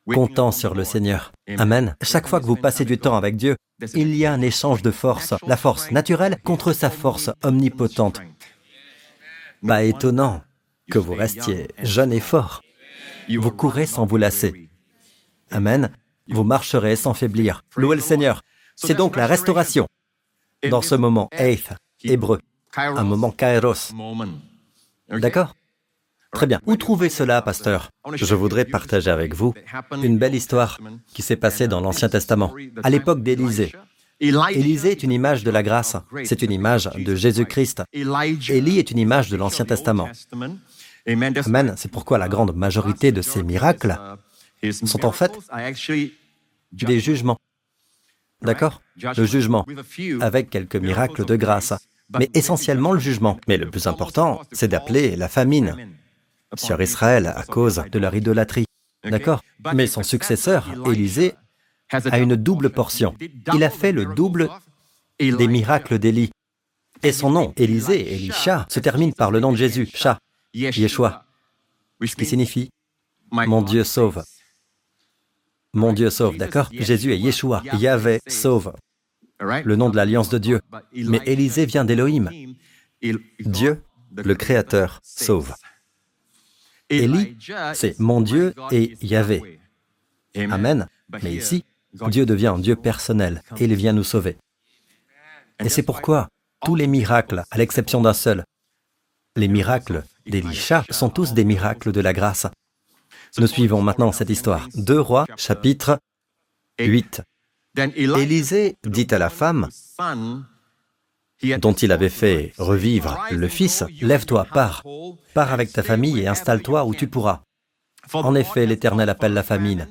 comptant sur le Seigneur. Amen. Chaque fois que vous passez du temps avec Dieu, il y a un échange de force, la force naturelle contre sa force omnipotente. Pas étonnant que vous restiez jeune et fort. Vous courez sans vous lasser. Amen. Vous marcherez sans faiblir. Louez le Seigneur. C'est donc la restauration. Dans ce moment, eighth, hébreu, un moment kairos. D'accord? Très bien. Où trouver cela, pasteur? Je voudrais partager avec vous une belle histoire qui s'est passée dans l'Ancien Testament, à l'époque d'Élisée. Élisée est une image de la grâce, c'est une image de Jésus-Christ. Élie est une image de l'Ancien Testament. Amen, c'est pourquoi la grande majorité de ces miracles sont en fait des jugements. D'accord? Le jugement, avec quelques miracles de grâce, mais essentiellement le jugement. Mais le plus important, c'est d'appeler la famine sur Israël à cause de leur idolâtrie. D'accord? Mais son successeur, Élisée, a une double portion. Il a fait le double des miracles d'Élie. Et son nom, Élisée, Elisha, se termine par le nom de Jésus, Sha, Yeshua, ce qui signifie « Mon Dieu sauve ». Mon Dieu sauve, d'accord? Jésus est Yeshua, Yahvé sauve, le nom de l'alliance de Dieu. Mais Élisée vient d'Élohim. Dieu, le Créateur, sauve. Élie, c'est mon Dieu et Yahvé. Amen. Mais ici, Dieu devient un Dieu personnel et il vient nous sauver. Et c'est pourquoi tous les miracles, à l'exception d'un seul, les miracles d'Élisha, sont tous des miracles de la grâce. Nous suivons maintenant cette histoire. deux Rois, chapitre huit. Élisée dit à la femme dont il avait fait revivre le fils, « Lève-toi, pars, pars avec ta famille et installe-toi où tu pourras. » En effet, l'Éternel appelle la famine.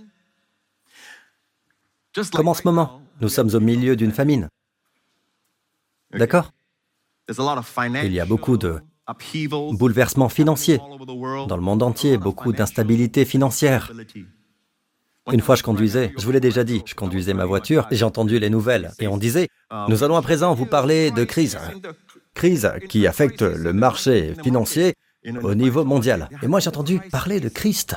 Comme en ce moment, nous sommes au milieu d'une famine. D'accord? Il y a beaucoup de bouleversements financiers dans le monde entier, beaucoup d'instabilité financière. Une fois je conduisais, je vous l'ai déjà dit, je conduisais ma voiture, j'ai entendu les nouvelles, et on disait, nous allons à présent vous parler de crise. Crise qui affecte le marché financier au niveau mondial. Et moi j'ai entendu parler de Christ.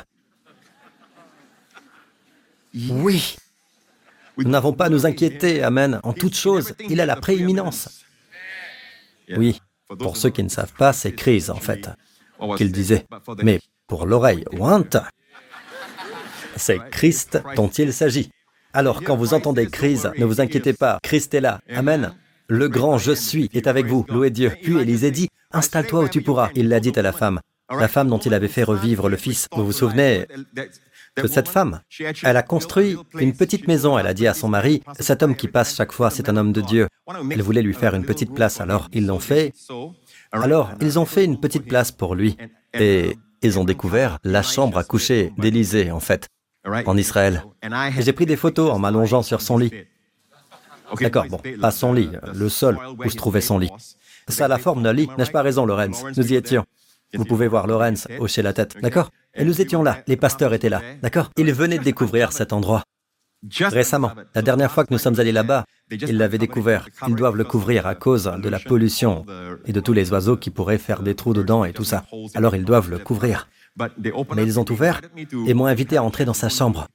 Oui, nous n'avons pas à nous inquiéter, amen, en toute chose, il a la prééminence. Oui, pour ceux qui ne savent pas, c'est crise en fait, qu'il disait. Mais pour l'oreille ointe, c'est Christ dont il s'agit. Alors, quand vous entendez crise, ne vous inquiétez pas, Christ est là. Amen. Le grand « Je suis » est avec vous, louez Dieu. Puis Élisée dit, « Installe-toi où tu pourras. » Il l'a dit à la femme, la femme dont il avait fait revivre le fils. Vous vous souvenez que cette femme, elle a construit une petite maison. Elle a dit à son mari, « Cet homme qui passe chaque fois, c'est un homme de Dieu. » Elle voulait lui faire une petite place, alors ils l'ont fait. Alors, ils ont fait une petite place pour lui. Et ils ont découvert la chambre à coucher d'Élisée, en fait, en Israël. Et j'ai pris des photos en m'allongeant sur son lit. D'accord, bon, pas son lit, le sol où se trouvait son lit. Ça a la forme d'un lit, n'ai-je pas raison, Lorenz? Nous y étions. Vous pouvez voir Lorenz hocher la tête, d'accord? Et nous étions là, les pasteurs étaient là, d'accord? Ils venaient de découvrir cet endroit. Récemment, la dernière fois que nous sommes allés là-bas, ils l'avaient découvert. Ils doivent le couvrir à cause de la pollution et de tous les oiseaux qui pourraient faire des trous dedans et tout ça. Alors ils doivent le couvrir. Mais ils ont ouvert et m'ont invité à entrer dans sa chambre.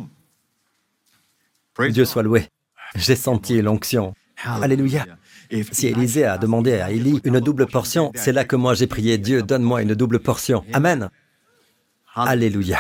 Dieu soit loué. J'ai senti l'onction. Alléluia. Si Élisée a demandé à Élie une double portion, c'est là que moi j'ai prié, Dieu, donne-moi une double portion. Amen. Alléluia.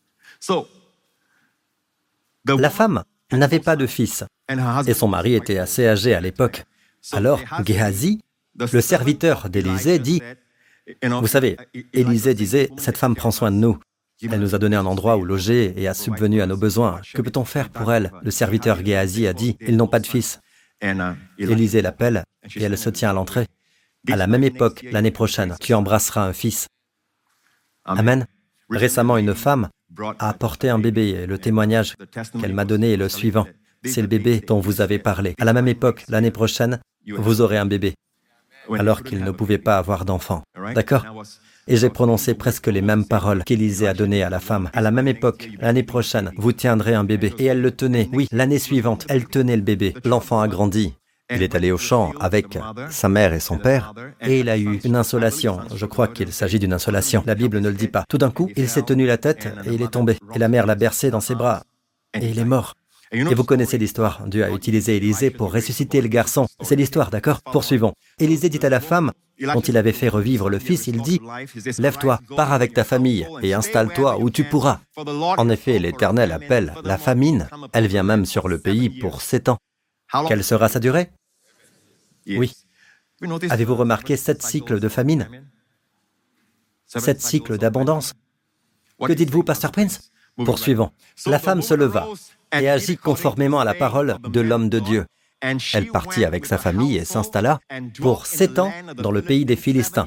La femme n'avait pas de fils et son mari était assez âgé à l'époque. Alors, Géhazi, le serviteur d'Élisée, dit, vous savez, Élisée disait, cette femme prend soin de nous. Elle nous a donné un endroit où loger et a subvenu à nos besoins. Que peut-on faire pour elle? Le serviteur Géhazi a dit, ils n'ont pas de fils. Élisée l'appelle et elle se tient à l'entrée. À la même époque, l'année prochaine, tu embrasseras un fils. Amen. Récemment, une femme a apporté un bébé et le témoignage qu'elle m'a donné est le suivant. C'est le bébé dont vous avez parlé. À la même époque, l'année prochaine, vous aurez un bébé. Alors qu'il ne pouvait pas avoir d'enfant. D'accord? Et j'ai prononcé presque les mêmes paroles qu'Élisée a données à la femme. À la même époque, l'année prochaine, vous tiendrez un bébé. Et elle le tenait. Oui, l'année suivante, elle tenait le bébé. L'enfant a grandi. Il est allé au champ avec sa mère et son père, et il a eu une insolation. Je crois qu'il s'agit d'une insolation. La Bible ne le dit pas. Tout d'un coup, il s'est tenu la tête et il est tombé. Et la mère l'a bercé dans ses bras, et il est mort. Et vous connaissez l'histoire. Dieu a utilisé Élisée pour ressusciter le garçon. C'est l'histoire, d'accord? Poursuivons. Élisée dit à la femme dont il avait fait revivre le fils, il dit, « Lève-toi, pars avec ta famille et installe-toi où tu pourras. » En effet, l'Éternel appelle la famine. Elle vient même sur le pays pour sept ans. Quelle sera sa durée? Oui. Avez-vous remarqué sept cycles de famine? Sept cycles d'abondance? Que dites-vous, Pasteur Prince? Poursuivons. La femme se leva et agit conformément à la parole de l'homme de Dieu. Elle partit avec sa famille et s'installa pour sept ans dans le pays des Philistins.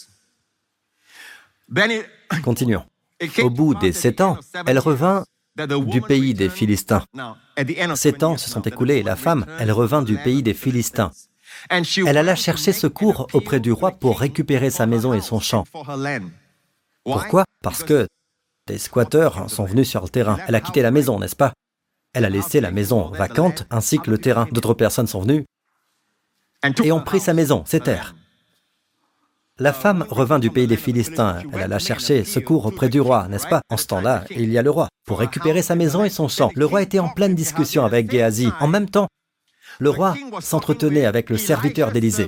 Continuons. Au bout des sept ans, elle revint du pays des Philistins. Sept ans se sont écoulés et la femme, elle revint du pays des Philistins. Elle alla chercher secours auprès du roi pour récupérer sa maison et son champ. Pourquoi? Parce que des squatteurs sont venus sur le terrain. Elle a quitté la maison, n'est-ce pas? Elle a laissé la maison vacante ainsi que le terrain. D'autres personnes sont venues et ont pris sa maison, ses terres. La femme revint du pays des Philistins. Elle alla chercher secours auprès du roi, n'est-ce pas? En ce temps-là, il y a le roi, pour récupérer sa maison et son champ. Le roi était en pleine discussion avec Géhazi. En même temps, le roi s'entretenait avec le serviteur d'Élisée.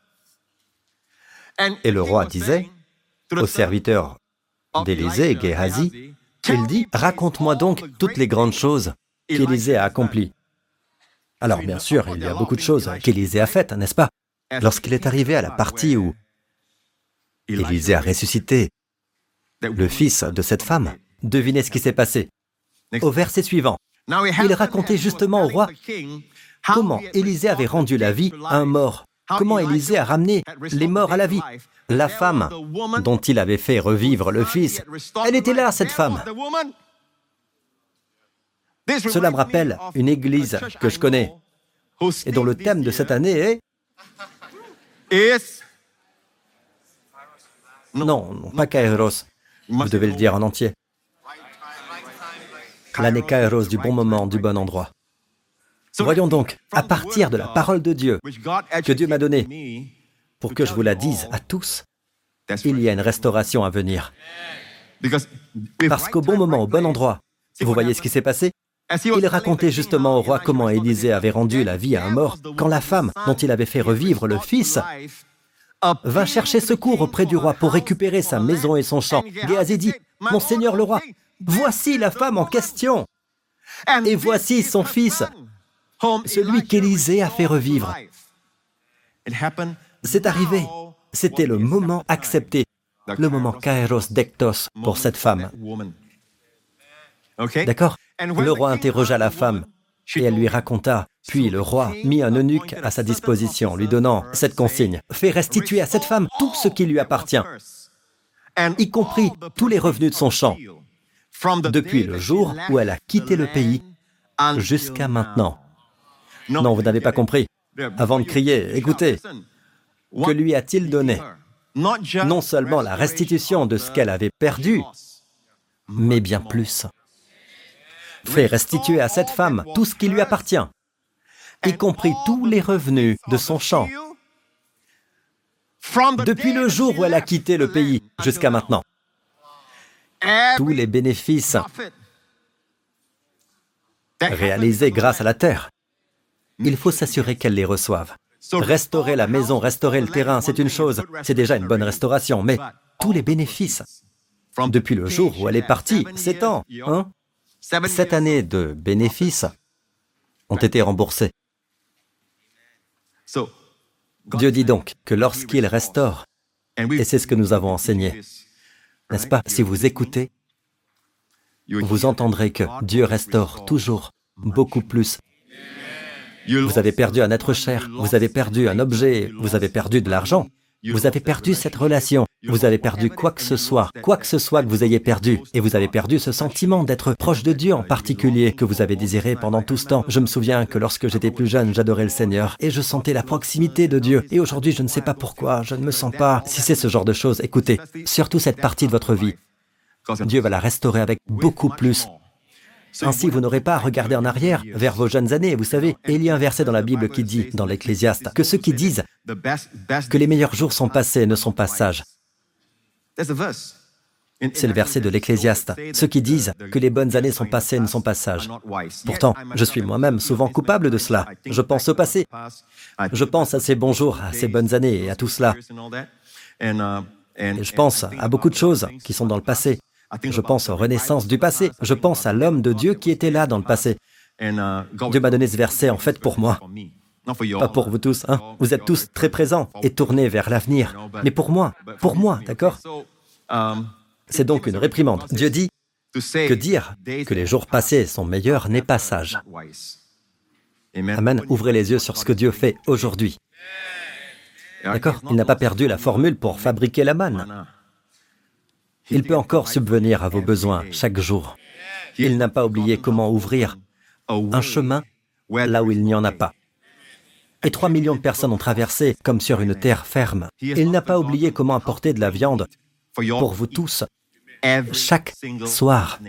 Et le roi disait au serviteur d'Élisée, Géhazi, il dit, « Raconte-moi donc toutes les grandes choses qu'Élisée a accomplies. » Alors bien sûr, il y a beaucoup de choses qu'Élisée a faites, n'est-ce pas? Lorsqu'il est arrivé à la partie où Élisée a ressuscité le fils de cette femme, devinez ce qui s'est passé. Au verset suivant, il racontait justement au roi comment Élisée avait rendu la vie à un mort, comment Élisée a ramené les morts à la vie. La femme dont il avait fait revivre le fils, elle était là, cette femme. Cela me rappelle une église que je connais et dont le thème de cette année est... Non, non, pas Kairos. Vous devez le dire en entier. L'année Kairos du bon moment, du bon endroit. Voyons donc, à partir de la parole de Dieu que Dieu m'a donnée, pour que je vous la dise à tous, il y a une restauration à venir. Parce qu'au bon moment, au bon endroit, vous voyez ce qui s'est passé? Il racontait justement au roi comment Élisée avait rendu la vie à un mort, quand la femme dont il avait fait revivre le fils vint chercher secours auprès du roi pour récupérer sa maison et son champ. Géhazi dit, « Mon seigneur le roi, voici la femme en question, et voici son fils, celui qu'Élisée a fait revivre. » C'est arrivé. C'était le moment accepté, le moment kairos dektos pour cette femme. D'accord? Le roi interrogea la femme et elle lui raconta. Puis le roi mit un eunuque à sa disposition, lui donnant cette consigne. « Fais restituer à cette femme tout ce qui lui appartient, y compris tous les revenus de son champ, depuis le jour où elle a quitté le pays jusqu'à maintenant. » Non, vous n'avez pas compris. Avant de crier, écoutez, que lui a-t-il donné? Non seulement la restitution de ce qu'elle avait perdu, mais bien plus. Fais restituer à cette femme tout ce qui lui appartient, y compris tous les revenus de son champ, depuis le jour où elle a quitté le pays jusqu'à maintenant. Tous les bénéfices réalisés grâce à la terre, il faut s'assurer qu'elle les reçoive. Restaurer la maison, restaurer le terrain, c'est une chose, c'est déjà une bonne restauration, mais tous les bénéfices, depuis le jour où elle est partie, sept ans, hein, sept années de bénéfices ont été remboursés. Dieu dit donc que lorsqu'il restaure, et c'est ce que nous avons enseigné, n'est-ce pas? Si vous écoutez, vous entendrez que Dieu restaure toujours beaucoup plus. Vous avez perdu un être cher, vous avez perdu un objet, vous avez perdu de l'argent, vous avez perdu cette relation, vous avez perdu quoi que ce soit, quoi que ce soit que vous ayez perdu, et vous avez perdu ce sentiment d'être proche de Dieu en particulier, que vous avez désiré pendant tout ce temps. Je me souviens que lorsque j'étais plus jeune, j'adorais le Seigneur, et je sentais la proximité de Dieu, et aujourd'hui je ne sais pas pourquoi, je ne me sens pas. Si c'est ce genre de choses, écoutez, surtout cette partie de votre vie, Dieu va la restaurer avec beaucoup plus. Ainsi, vous n'aurez pas à regarder en arrière, vers vos jeunes années, vous savez. Et il y a un verset dans la Bible qui dit, dans l'Ecclésiaste, que ceux qui disent que les meilleurs jours sont passés ne sont pas sages. C'est le verset de l'Ecclésiaste. Ceux qui disent que les bonnes années sont passées ne sont pas sages. Pourtant, je suis moi-même souvent coupable de cela. Je pense au passé. Je pense à ces bons jours, à ces bonnes années et à tout cela. Et je pense à beaucoup de choses qui sont dans le passé. Je pense aux renaissances du passé. Je pense à l'homme de Dieu qui était là dans le passé. Dieu m'a donné ce verset en fait pour moi. Pas pour vous tous, hein. Vous êtes tous très présents et tournés vers l'avenir. Mais pour moi, pour moi, d'accord ? C'est donc une réprimande. Dieu dit que dire que les jours passés sont meilleurs n'est pas sage. Amen. Ouvrez les yeux sur ce que Dieu fait aujourd'hui. D'accord ? Il n'a pas perdu la formule pour fabriquer la manne. Il peut encore subvenir à vos besoins chaque jour. Il n'a pas oublié comment ouvrir un chemin là où il n'y en a pas. Et trois millions de personnes ont traversé comme sur une terre ferme. Il n'a pas oublié comment apporter de la viande pour vous tous chaque soir.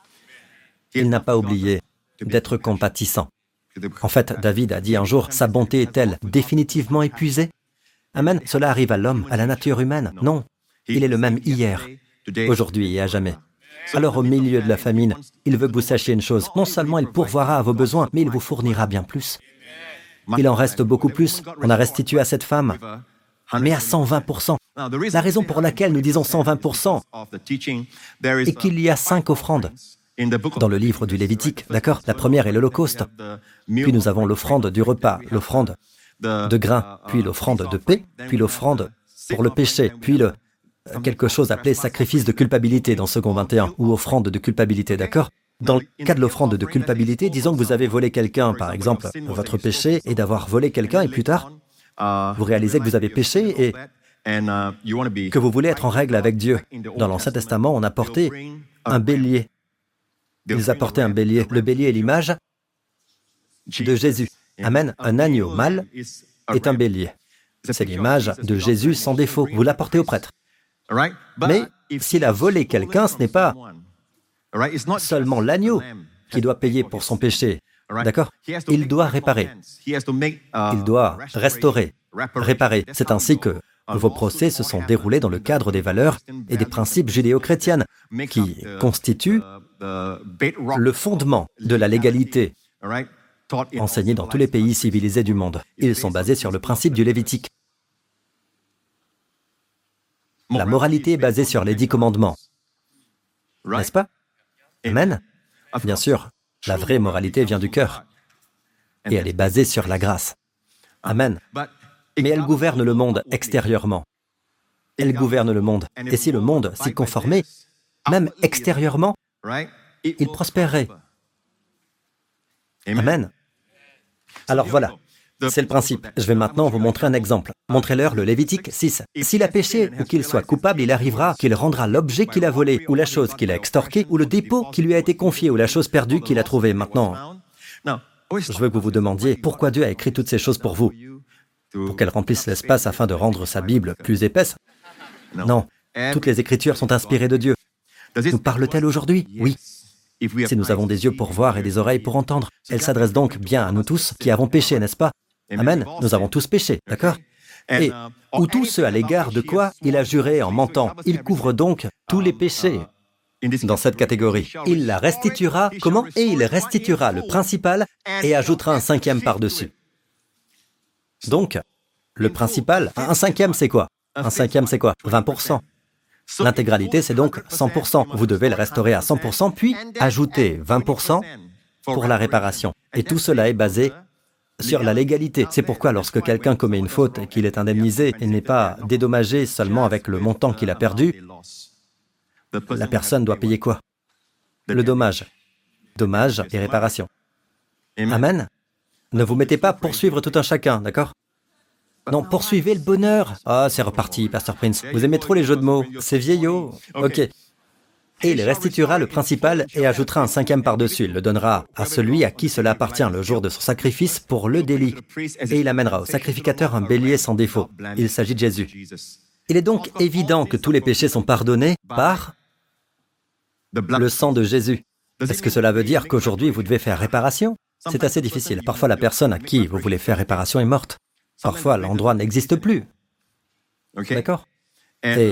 Il n'a pas oublié d'être compatissant. En fait, David a dit un jour, « Sa bonté est-elle définitivement épuisée ?» Amen. Cela arrive à l'homme, à la nature humaine. Non, il est le même hier, aujourd'hui et à jamais. Alors au milieu de la famine, il veut que vous sachiez une chose. Non seulement il pourvoira à vos besoins, mais il vous fournira bien plus. Il en reste beaucoup plus. On a restitué à cette femme, mais à cent vingt pour cent. La raison pour laquelle nous disons cent vingt pour cent est qu'il y a cinq offrandes dans le livre du Lévitique, d'accord ? La première est l'Holocauste, puis nous avons l'offrande du repas, l'offrande de grains, puis l'offrande de paix, puis l'offrande pour le péché, puis le quelque chose appelé sacrifice de culpabilité dans Second vingt et un, ou offrande de culpabilité, d'accord ? Dans le cas de l'offrande de culpabilité, disons que vous avez volé quelqu'un, par exemple, votre péché est d'avoir volé quelqu'un, et plus tard, vous réalisez que vous avez péché et que vous voulez être en règle avec Dieu. Dans l'Ancien Testament, on apportait un bélier. Ils apportaient un bélier. Le bélier est l'image de Jésus. Amen. Un agneau mâle est un bélier. C'est l'image de Jésus sans défaut. Vous l'apportez au prêtre. Mais s'il a volé quelqu'un, ce n'est pas seulement l'agneau qui doit payer pour son péché. D'accord ? Il doit réparer. Il doit restaurer, réparer. C'est ainsi que vos procès se sont déroulés dans le cadre des valeurs et des principes judéo-chrétiennes qui constituent le fondement de la légalité enseignée dans tous les pays civilisés du monde. Ils sont basés sur le principe du Lévitique. La moralité est basée sur les dix commandements. N'est-ce pas? Amen. Bien sûr, la vraie moralité vient du cœur. Et elle est basée sur la grâce. Amen. Mais elle gouverne le monde extérieurement. Elle gouverne le monde. Et si le monde s'y conformait, même extérieurement, il prospérerait. Amen. Alors voilà, c'est le principe. Je vais maintenant vous montrer un exemple. Montrez-leur le Lévitique six. S'il a péché ou qu'il soit coupable, il arrivera qu'il rendra l'objet qu'il a volé, ou la chose qu'il a extorquée, ou le dépôt qui lui a été confié, ou la chose perdue qu'il a trouvée. Maintenant, je veux que vous vous demandiez pourquoi Dieu a écrit toutes ces choses pour vous. Pour qu'elles remplissent l'espace afin de rendre sa Bible plus épaisse? Non, toutes les Écritures sont inspirées de Dieu. Nous parle-t-elle aujourd'hui? Oui. Si nous avons des yeux pour voir et des oreilles pour entendre, elle s'adresse donc bien à nous tous qui avons péché, n'est-ce pas? Amen. Nous avons tous péché, d'accord? Et ou tous ceux à l'égard de quoi il a juré en mentant. Il couvre donc tous les péchés dans cette catégorie. Il la restituera, comment? Et il restituera le principal et ajoutera un cinquième par-dessus. Donc, le principal, un cinquième c'est quoi? Un cinquième c'est quoi? vingt pour cent. L'intégralité c'est donc cent pour cent. Vous devez le restaurer à cent pour cent, puis ajouter vingt pour cent pour la réparation. Et tout cela est basé sur la légalité. C'est pourquoi lorsque quelqu'un commet une faute et qu'il est indemnisé, il n'est pas dédommagé seulement avec le montant qu'il a perdu. La personne doit payer quoi? Le dommage. Dommage et réparation. Amen. Ne vous mettez pas à poursuivre tout un chacun, d'accord? Non, poursuivez le bonheur. Ah, c'est reparti, Pasteur Prince. Vous aimez trop les jeux de mots. C'est vieillot. Ok. Et il restituera le principal et ajoutera un cinquième par-dessus. Il le donnera à celui à qui cela appartient le jour de son sacrifice pour le délit. Et il amènera au sacrificateur un bélier sans défaut. Il s'agit de Jésus. Il est donc évident que tous les péchés sont pardonnés par le sang de Jésus. Est-ce que cela veut dire qu'aujourd'hui vous devez faire réparation? C'est assez difficile. Parfois la personne à qui vous voulez faire réparation est morte. Parfois l'endroit n'existe plus. D'accord? Et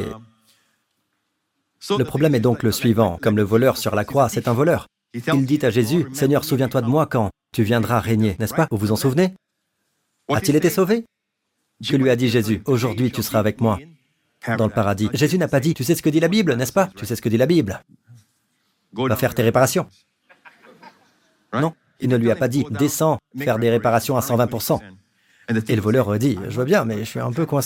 le problème est donc le suivant. Comme le voleur sur la croix, c'est un voleur. Il dit à Jésus, « Seigneur, souviens-toi de moi quand tu viendras régner. » N'est-ce pas? Vous vous en souvenez? A-t-il été sauvé? Que lui a dit Jésus? « Aujourd'hui, tu seras avec moi dans le paradis. » Jésus n'a pas dit, « Tu sais ce que dit la Bible, n'est-ce pas? Tu sais ce que dit la Bible. Va faire tes réparations. » Non, il ne lui a pas dit, « Descends, faire des réparations à cent vingt pour cent. » Et le voleur a dit, « Je veux bien, mais je suis un peu coincé. »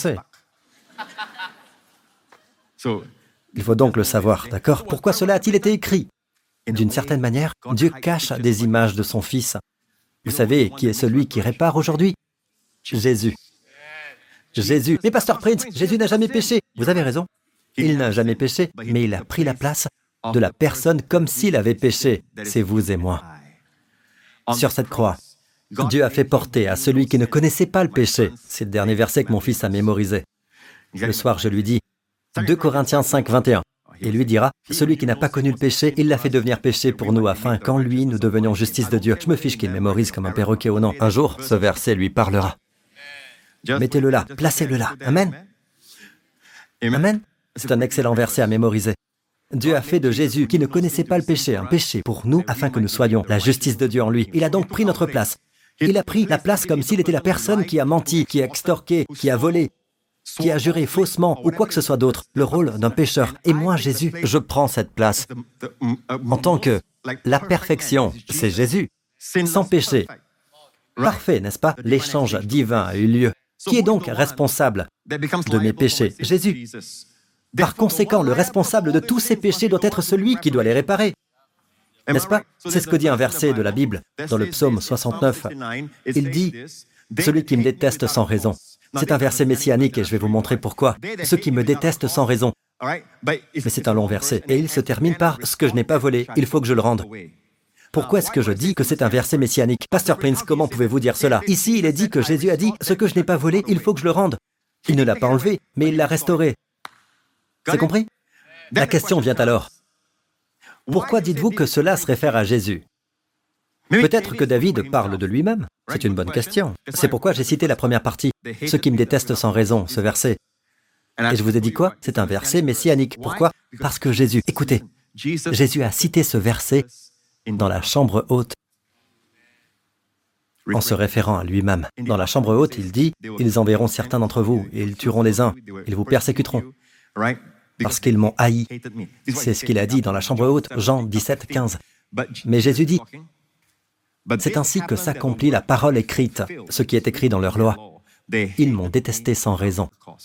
Il faut donc le savoir, d'accord? Pourquoi cela a-t-il été écrit? D'une certaine manière, Dieu cache des images de son Fils. Vous savez qui est celui qui répare aujourd'hui? Jésus. Jésus. Mais Pasteur Prince, Jésus n'a jamais péché. Vous avez raison. Il n'a jamais péché, mais il a pris la place de la personne comme s'il avait péché. C'est vous et moi. Sur cette croix, Dieu a fait porter à celui qui ne connaissait pas le péché. C'est le dernier verset que mon fils a mémorisé. Le soir, je lui dis, deux Corinthiens cinq, vingt et un. Et lui dira, celui qui n'a pas connu le péché, il l'a fait devenir péché pour nous, afin qu'en lui, nous devenions justice de Dieu. Je me fiche qu'il mémorise comme un perroquet au nom. Un jour, ce verset lui parlera. Mettez-le là, placez-le là. Amen. Amen. C'est un excellent verset à mémoriser. Dieu a fait de Jésus, qui ne connaissait pas le péché, un péché pour nous, afin que nous soyons la justice de Dieu en lui. Il a donc pris notre place. Il a pris la place comme s'il était la personne qui a menti, qui a extorqué, qui a volé, qui a juré faussement ou quoi que ce soit d'autre, le rôle d'un pécheur. Et moi, Jésus, je prends cette place. En tant que la perfection, c'est Jésus, sans péché. Parfait, n'est-ce pas? L'échange divin a eu lieu. Qui est donc responsable de mes péchés? Jésus. Par conséquent, le responsable de tous ces péchés doit être celui qui doit les réparer. N'est-ce pas? C'est ce que dit un verset de la Bible, dans le psaume soixante-neuf. Il dit, « Celui qui me déteste sans raison. » C'est un verset messianique et je vais vous montrer pourquoi. Ceux qui me détestent sans raison. Mais c'est un long verset. Et il se termine par « Ce que je n'ai pas volé, il faut que je le rende. » Pourquoi est-ce que je dis que c'est un verset messianique? Pasteur Prince, comment pouvez-vous dire cela? Ici, il est dit que Jésus a dit « Ce que je n'ai pas volé, il faut que je le rende. » Il ne l'a pas enlevé, mais il l'a restauré. C'est compris? La question vient alors. Pourquoi dites-vous que cela se réfère à Jésus? Peut-être que David parle de lui-même. C'est une bonne question. C'est pourquoi j'ai cité la première partie. « Ceux qui me détestent sans raison », ce verset. Et je vous ai dit quoi? C'est un verset messianique. Pourquoi? Parce que Jésus... Écoutez, Jésus a cité ce verset dans la chambre haute en se référant à lui-même. Dans la chambre haute, il dit, « Ils enverront certains d'entre vous, et ils tueront les uns, ils vous persécuteront, parce qu'ils m'ont haï. » C'est ce qu'il a dit dans la chambre haute, Jean dix-sept, quinze. Mais Jésus dit, « C'est ainsi que s'accomplit la parole écrite, ce qui est écrit dans leur loi. Ils m'ont détesté sans raison. »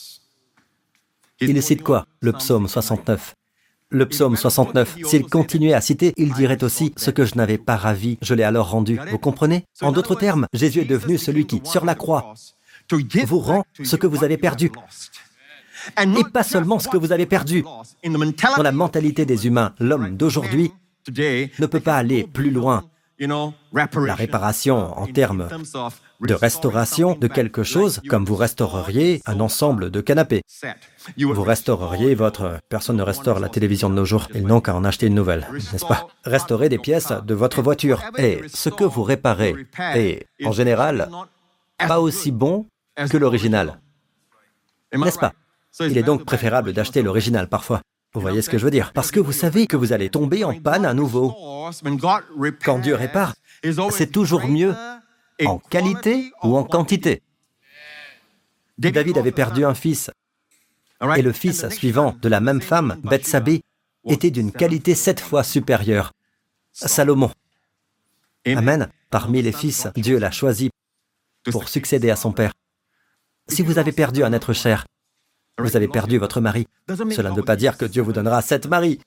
Il cite quoi? Le psaume soixante-neuf. Le psaume soixante-neuf, s'il continuait à citer, il dirait aussi « Ce que je n'avais pas ravi, je l'ai alors rendu. » Vous comprenez? En d'autres termes, Jésus est devenu celui qui, sur la croix, vous rend ce que vous avez perdu. Et pas seulement ce que vous avez perdu. Dans la mentalité des humains, l'homme d'aujourd'hui ne peut pas aller plus loin. La réparation en termes de restauration de quelque chose, comme vous restaureriez un ensemble de canapés. Vous restaureriez votre... Personne ne restaure la télévision de nos jours. Ils n'ont qu'à en acheter une nouvelle, n'est-ce pas? Restaurer des pièces de votre voiture. Et ce que vous réparez est, en général, pas aussi bon que l'original. N'est-ce pas? Il est donc préférable d'acheter l'original parfois. Vous voyez ce que je veux dire? Parce que vous savez que vous allez tomber en panne à nouveau. Quand Dieu répare, c'est toujours mieux en qualité ou en quantité. David avait perdu un fils, et le fils suivant de la même femme, Bethsabée, était d'une qualité sept fois supérieure. Salomon. Amen. Parmi les fils, Dieu l'a choisi pour succéder à son père. Si vous avez perdu un être cher, vous avez perdu votre mari. Cela ne veut pas dire que Dieu vous donnera sept maris.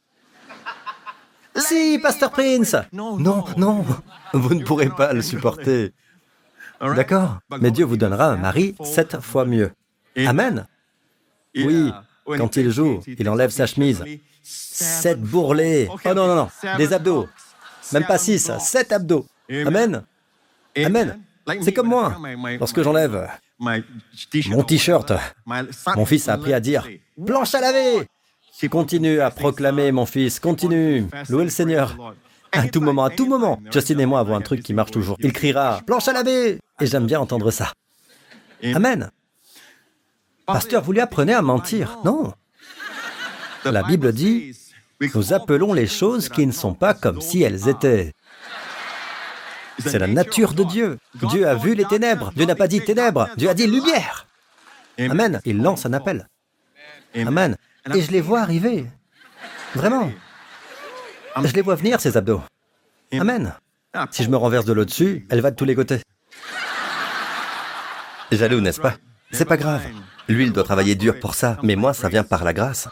Si, Pasteur Prince! Non, non, vous ne pourrez pas le supporter. D'accord? Mais Dieu vous donnera un mari sept fois mieux. Amen. Oui, quand il joue, il enlève sa chemise. Sept bourrelets. Oh non, non, non, des abdos. Même pas six, sept abdos. Amen. Amen. C'est comme moi. Lorsque j'enlève mon t-shirt, mon fils a appris à dire « Planche à laver !» Continue à proclamer, mon fils, continue. Louez le Seigneur. À tout moment, à tout moment. Justin et moi avons un truc qui marche toujours. Il criera « planche à laver !» Et j'aime bien entendre ça. Amen. Pasteur, vous lui apprenez à mentir. Non. La Bible dit « Nous appelons les choses qui ne sont pas comme si elles étaient. » C'est la nature de Dieu. Dieu a vu les ténèbres. Dieu n'a pas dit ténèbres. Dieu a dit lumière. Amen. Il lance un appel. Amen. Et je les vois arriver. Vraiment. Je les vois venir, ces abdos. Amen. Si je me renverse de l'eau dessus, elle va de tous les côtés. Jaloux, n'est-ce pas? C'est pas grave. Lui, il doit travailler dur pour ça, mais moi, ça vient par la grâce.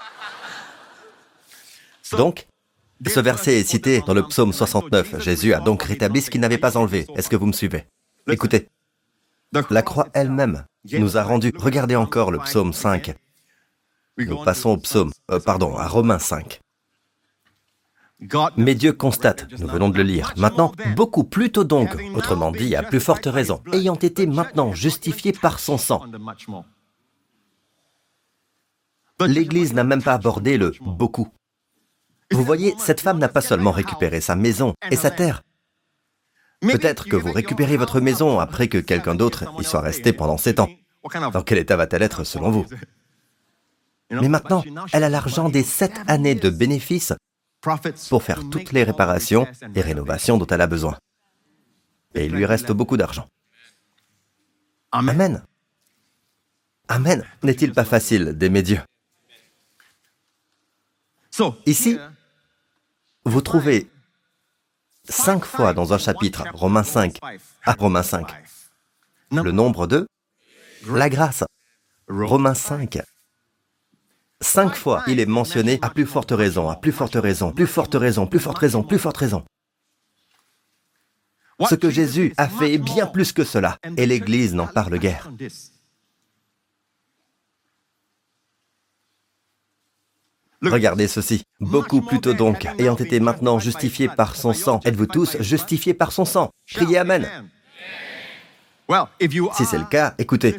Donc, ce verset est cité dans le psaume soixante-neuf. Jésus a donc rétabli ce qu'il n'avait pas enlevé. Est-ce que vous me suivez? Écoutez, la croix elle-même nous a rendu... Regardez encore le psaume cinq. Nous passons au psaume... Euh, pardon, à Romains cinq. Mais Dieu constate, nous venons de le lire, maintenant, beaucoup plus tôt donc, autrement dit, à plus forte raison, ayant été maintenant justifié par son sang. L'Église n'a même pas abordé le « beaucoup ». Vous voyez, cette femme n'a pas seulement récupéré sa maison et sa terre. Peut-être que vous récupérez votre maison après que quelqu'un d'autre y soit resté pendant sept ans. Dans quel état va-t-elle être selon vous? Mais maintenant, elle a l'argent des sept années de bénéfices pour faire toutes les réparations et rénovations dont elle a besoin. Et il lui reste beaucoup d'argent. Amen. Amen. N'est-il pas facile d'aimer Dieu? Ici, vous trouvez cinq fois dans un chapitre, Romains cinq, ah, Romains cinq, le nombre de la grâce, Romains cinq. Cinq fois, il est mentionné à plus forte raison, à plus forte raison, plus forte raison, plus forte raison, plus forte raison. Ce que Jésus a fait est bien plus que cela, et l'Église n'en parle guère. Regardez ceci. Beaucoup plus tôt donc, ayant été maintenant justifiés par son sang, êtes-vous tous justifiés par son sang? Criez Amen. Si c'est le cas, écoutez.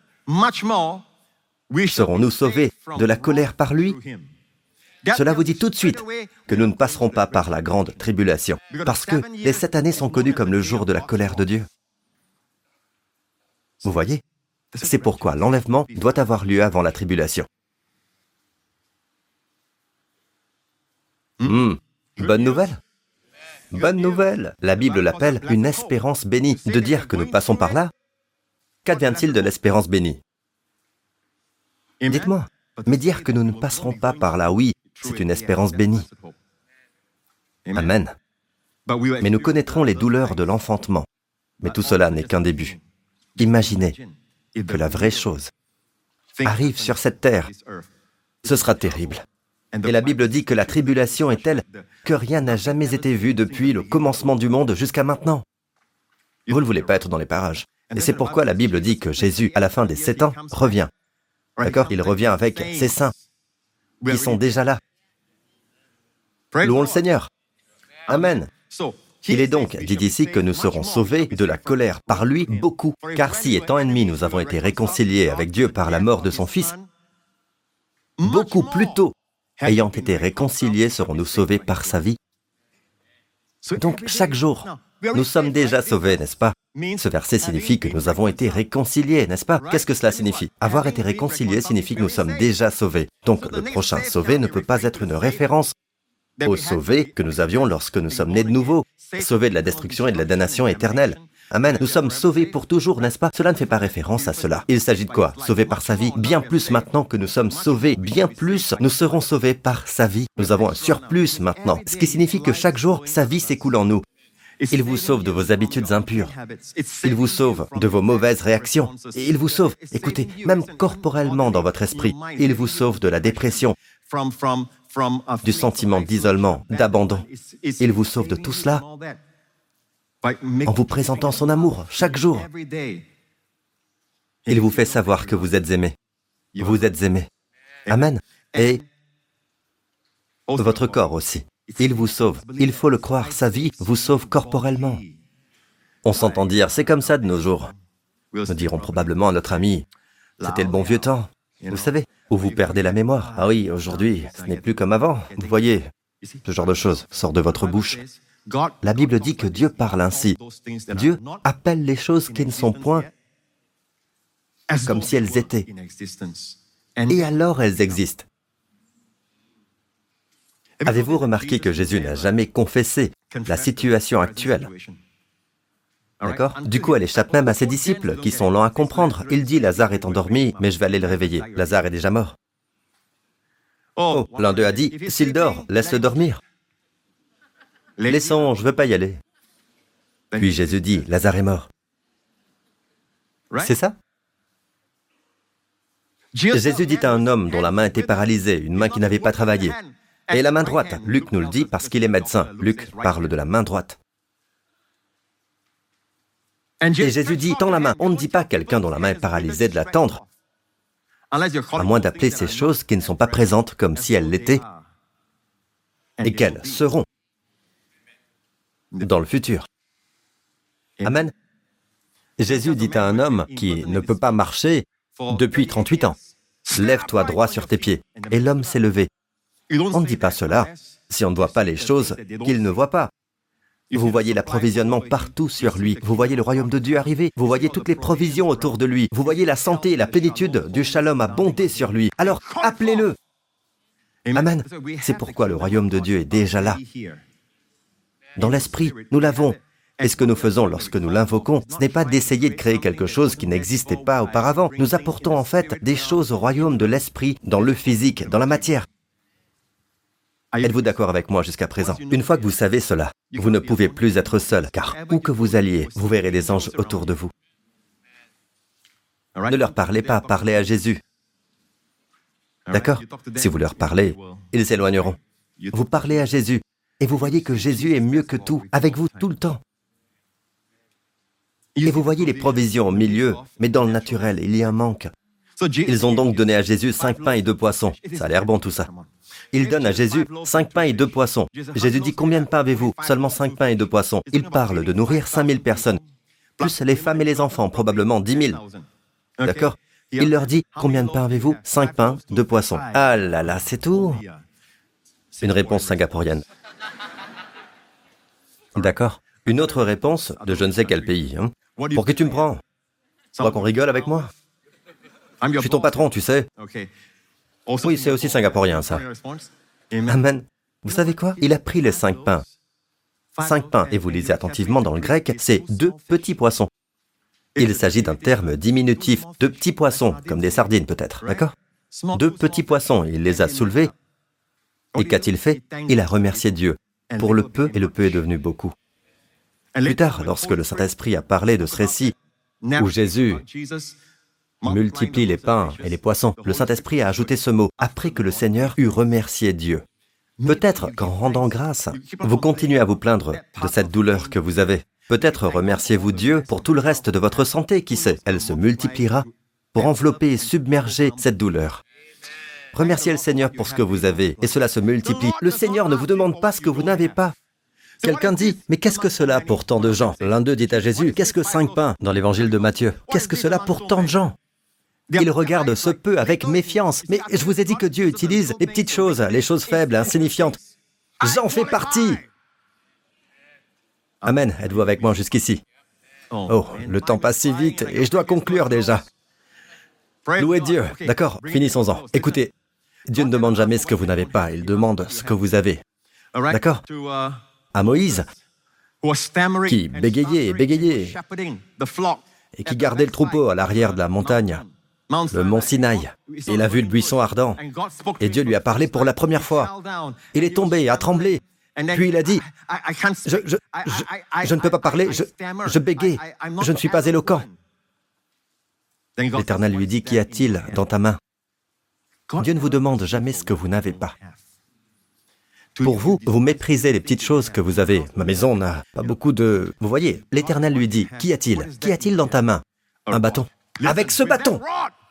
Serons-nous sauvés de la colère par lui? Cela vous dit tout de suite que nous ne passerons pas par la grande tribulation, parce que les sept années sont connues comme le jour de la colère de Dieu. Vous voyez? C'est pourquoi l'enlèvement doit avoir lieu avant la tribulation. Hmm. Bonne nouvelle? Bonne nouvelle. La Bible l'appelle une espérance bénie. De dire que nous passons par là, qu'advient-il de l'espérance bénie? Dites-moi, mais dire que nous ne passerons pas par là, oui, c'est une espérance bénie. Amen. Mais nous connaîtrons les douleurs de l'enfantement. Mais tout cela n'est qu'un début. Imaginez que la vraie chose arrive sur cette terre. Ce sera terrible. Et la Bible dit que la tribulation est telle que rien n'a jamais été vu depuis le commencement du monde jusqu'à maintenant. Vous ne voulez pas être dans les parages. Et c'est pourquoi la Bible dit que Jésus, à la fin des sept ans, revient. D'accord? Il revient avec ses saints, qui sont déjà là. Louons le Seigneur. Amen. Il est donc dit ici que nous serons sauvés de la colère par lui beaucoup, car si, étant ennemis, nous avons été réconciliés avec Dieu par la mort de son Fils, beaucoup plus tôt, ayant été réconciliés, serons-nous sauvés par sa vie. Donc, chaque jour, nous sommes déjà sauvés, n'est-ce pas? Ce verset signifie que nous avons été réconciliés, n'est-ce pas? Qu'est-ce que cela signifie? Avoir été réconciliés signifie que nous sommes déjà sauvés. Donc, le prochain sauvé ne peut pas être une référence au sauvé que nous avions lorsque nous sommes nés de nouveau, sauvés de la destruction et de la damnation éternelle. Amen. Nous sommes sauvés pour toujours, n'est-ce pas? Cela ne fait pas référence à cela. Il s'agit de quoi? Sauvés par sa vie. Bien plus maintenant que nous sommes sauvés, bien plus, nous serons sauvés par sa vie. Nous avons un surplus maintenant, ce qui signifie que chaque jour, sa vie s'écoule en nous. Il vous sauve de vos habitudes impures. Il vous sauve de vos mauvaises réactions. Et il vous sauve, écoutez, même corporellement dans votre esprit. Il vous sauve de la dépression, du sentiment d'isolement, d'abandon. Il vous sauve de tout cela en vous présentant son amour chaque jour. Il vous fait savoir que vous êtes aimé. Vous êtes aimé. Amen. Et votre corps aussi. Il vous sauve. Il faut le croire, sa vie vous sauve corporellement. On s'entend dire, c'est comme ça de nos jours. Nous dirons probablement à notre ami, c'était le bon vieux temps, vous savez, où vous perdez la mémoire. Ah oui, aujourd'hui, ce n'est plus comme avant. Vous voyez, ce genre de choses sort de votre bouche. La Bible dit que Dieu parle ainsi. Dieu appelle les choses qui ne sont point comme si elles étaient. Et alors elles existent. Avez-vous remarqué que Jésus n'a jamais confessé la situation actuelle? D'accord? Du coup, elle échappe même à ses disciples, qui sont lents à comprendre. Il dit, Lazare est endormi, mais je vais aller le réveiller. Lazare est déjà mort. Oh, l'un d'eux a dit, s'il dort, laisse-le dormir. Laissons, je ne veux pas y aller. Puis Jésus dit, Lazare est mort. C'est ça? Jésus dit à un homme dont la main était paralysée, une main qui n'avait pas travaillé. Et la main droite, Luc nous le dit parce qu'il est médecin. Luc parle de la main droite. Et Jésus dit, tends la main. On ne dit pas quelqu'un dont la main est paralysée de la tendre, à moins d'appeler ces choses qui ne sont pas présentes comme si elles l'étaient, et qu'elles seront dans le futur. Amen. Jésus dit à un homme qui ne peut pas marcher depuis trente-huit ans, lève-toi droit sur tes pieds. Et l'homme s'est levé. On ne dit pas cela si on ne voit pas les choses qu'il ne voit pas. Vous voyez l'approvisionnement partout sur lui. Vous voyez le royaume de Dieu arriver. Vous voyez toutes les provisions autour de lui. Vous voyez la santé et la plénitude du shalom abonder sur lui. Alors, appelez-le. Amen. C'est pourquoi le royaume de Dieu est déjà là. Dans l'esprit, nous l'avons. Et ce que nous faisons lorsque nous l'invoquons, ce n'est pas d'essayer de créer quelque chose qui n'existait pas auparavant. Nous apportons en fait des choses au royaume de l'esprit, dans le physique, dans la matière. Êtes-vous d'accord avec moi jusqu'à présent? Une fois que vous savez cela, vous ne pouvez plus être seul, car où que vous alliez, vous verrez des anges autour de vous. Ne leur parlez pas, parlez à Jésus. D'accord? Si vous leur parlez, ils s'éloigneront. Vous parlez à Jésus, et vous voyez que Jésus est mieux que tout, avec vous tout le temps. Et vous voyez les provisions au milieu, mais dans le naturel, il y a un manque. Ils ont donc donné à Jésus cinq pains et deux poissons. Ça a l'air bon tout ça. Ils donnent à Jésus cinq pains et deux poissons. Jésus dit, combien de pains avez-vous? Seulement cinq pains et deux poissons. Il parle de nourrir cinq mille personnes, plus les femmes et les enfants, probablement dix mille. D'accord? Il leur dit, combien de pains avez-vous? Cinq pains, deux poissons. Ah là là, c'est tout. Une réponse singapourienne. D'accord? Une autre réponse de je ne sais quel pays. Hein? Pour qui tu me prends? Tu crois qu'on rigole avec moi? Je suis ton patron, tu sais. Oui, c'est aussi singapourien, ça. Amen. Vous savez quoi? Il a pris les cinq pains. Cinq pains, et vous lisez attentivement dans le grec, c'est deux petits poissons. Il s'agit d'un terme diminutif, de petits poissons, comme des sardines peut-être, d'accord? Deux petits poissons, il les a soulevés. Et qu'a-t-il fait? Il a remercié Dieu pour le peu, et le peu est devenu beaucoup. Plus tard, lorsque le Saint-Esprit a parlé de ce récit, où Jésus multiplie les pains et les poissons, le Saint-Esprit a ajouté ce mot, après que le Seigneur eut remercié Dieu. Peut-être qu'en rendant grâce, vous continuez à vous plaindre de cette douleur que vous avez. Peut-être remerciez-vous Dieu pour tout le reste de votre santé, qui sait, elle se multipliera pour envelopper et submerger cette douleur. Remerciez le Seigneur pour ce que vous avez, et cela se multiplie. Le Seigneur ne vous demande pas ce que vous n'avez pas. Quelqu'un dit, mais qu'est-ce que cela pour tant de gens? L'un d'eux dit à Jésus, qu'est-ce que cinq pains dans l'évangile de Matthieu? Qu'est-ce que cela pour tant de gens? Il regarde ce peu avec méfiance. Mais je vous ai dit que Dieu utilise les petites choses, les choses faibles, insignifiantes. J'en fais partie. Amen. Êtes-vous avec moi jusqu'ici? Oh, le temps passe si vite et je dois conclure déjà. Louez Dieu. D'accord, finissons-en. Écoutez, Dieu ne demande jamais ce que vous n'avez pas, il demande ce que vous avez. D'accord? À Moïse, qui bégayait et bégayait, et qui gardait le troupeau à l'arrière de la montagne, le mont Sinaï. Il a vu le buisson ardent, et Dieu lui a parlé pour la première fois. Il est tombé, a tremblé, puis il a dit, je, je, je, je ne peux pas parler, je, je bégaye, je ne suis pas éloquent. L'Éternel lui dit, qu'y a-t-il dans ta main? Dieu ne vous demande jamais ce que vous n'avez pas. Pour vous, vous méprisez les petites choses que vous avez. Ma maison n'a pas beaucoup de... Vous voyez, l'Éternel lui dit, qu'y a-t-il? Qu'y a-t-il dans ta main? Un bâton. Avec ce bâton,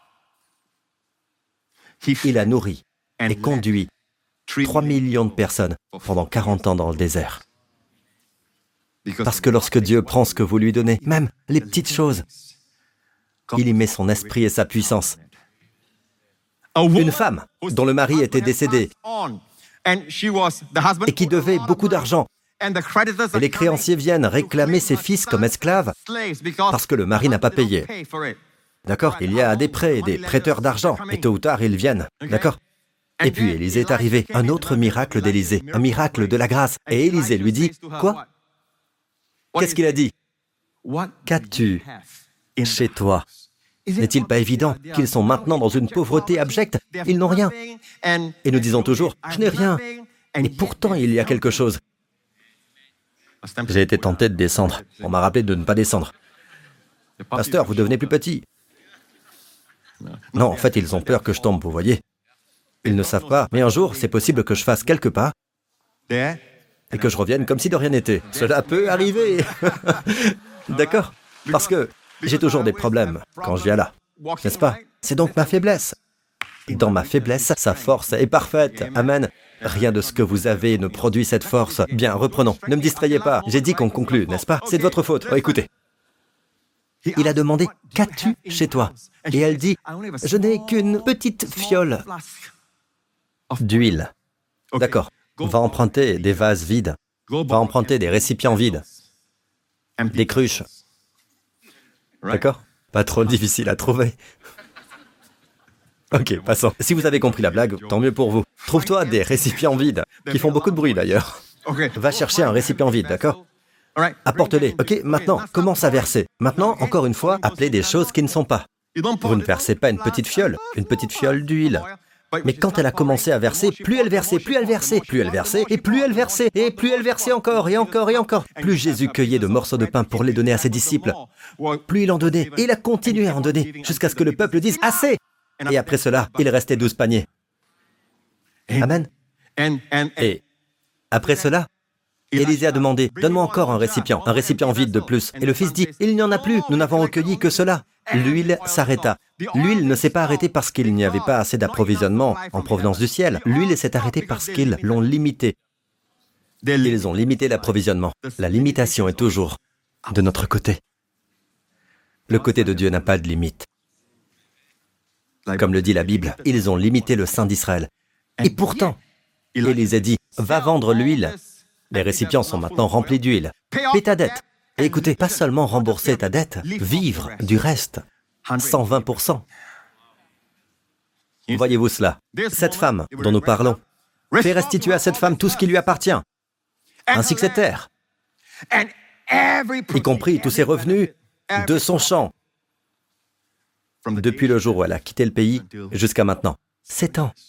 il a nourri et conduit trois millions de personnes pendant quarante ans dans le désert. Parce que lorsque Dieu prend ce que vous lui donnez, même les petites choses, il y met son esprit et sa puissance. Une femme dont le mari était décédé et qui devait beaucoup d'argent, Et les créanciers viennent réclamer ses fils comme esclaves parce que le mari n'a pas payé. D'accord? Il y a des prêts, des prêteurs d'argent, et tôt ou tard, ils viennent. D'accord? Et puis Élisée est arrivé, un autre miracle d'Élisée, un miracle de la grâce. Et Élisée lui dit, quoi? Qu'est-ce qu'il a dit? Qu'as-tu chez toi? N'est-il pas évident qu'ils sont maintenant dans une pauvreté abjecte? Ils n'ont rien. Et nous disons toujours, je n'ai rien. Et pourtant, il y a quelque chose. J'ai été tenté de descendre. On m'a rappelé de ne pas descendre. Pasteur, vous devenez plus petit. Non, en fait, ils ont peur que je tombe, vous voyez. Ils ne savent pas, mais un jour, c'est possible que je fasse quelques pas et que je revienne comme si de rien n'était. Cela peut arriver. D'accord? Parce que j'ai toujours des problèmes quand je viens là, n'est-ce pas? C'est donc ma faiblesse. Dans ma faiblesse, sa force est parfaite. Amen. Rien de ce que vous avez ne produit cette force. Bien, reprenons. Ne me distrayez pas. J'ai dit qu'on conclut, n'est-ce pas? C'est de votre faute. Oh, écoutez. Il a demandé, qu'as-tu chez toi? Et elle dit, je n'ai qu'une petite fiole d'huile. D'accord. Va emprunter des vases vides. Va emprunter des récipients vides. Des cruches. D'accord? Pas trop difficile à trouver. Ok, passons. Si vous avez compris la blague, tant mieux pour vous. Trouve-toi des récipients vides, qui font beaucoup de bruit d'ailleurs. Va chercher un récipient vide, d'accord? Apporte-les. Ok, maintenant, commence à verser. Maintenant, encore une fois, appelez des choses qui ne sont pas. Vous ne versez pas une petite fiole, une petite fiole d'huile. Mais quand elle a commencé à verser, plus elle versait, plus elle versait, plus elle versait, et plus elle versait, et plus elle versait encore, et encore, et encore. Plus Jésus cueillait de morceaux de pain pour les donner à ses disciples, plus il en donnait, et il a continué à en donner, jusqu'à ce que le peuple dise « Assez !» Et après cela, il restait douze paniers. Amen. Et après cela, Élisée a demandé, « Donne-moi encore un récipient, un récipient vide de plus. » Et le fils dit, « Il n'y en a plus, nous n'avons recueilli que cela. » L'huile s'arrêta. L'huile ne s'est pas arrêtée parce qu'il n'y avait pas assez d'approvisionnement en provenance du ciel. L'huile s'est arrêtée parce qu'ils l'ont limitée. Ils ont limité l'approvisionnement. La limitation est toujours de notre côté. Le côté de Dieu n'a pas de limite. Comme le dit la Bible, ils ont limité le sein d'Israël. Et pourtant, Élisée dit, « Va vendre l'huile. » Les récipients sont maintenant remplis d'huile. Paie ta dette. Et écoutez, pas seulement rembourser ta dette, vivre du reste, cent vingt pour cent. Voyez-vous cela? Cette femme dont nous parlons, fait restituer à cette femme tout ce qui lui appartient, ainsi que ses terres, y compris tous ses revenus de son champ, depuis le jour où elle a quitté le pays jusqu'à maintenant. Sept ans.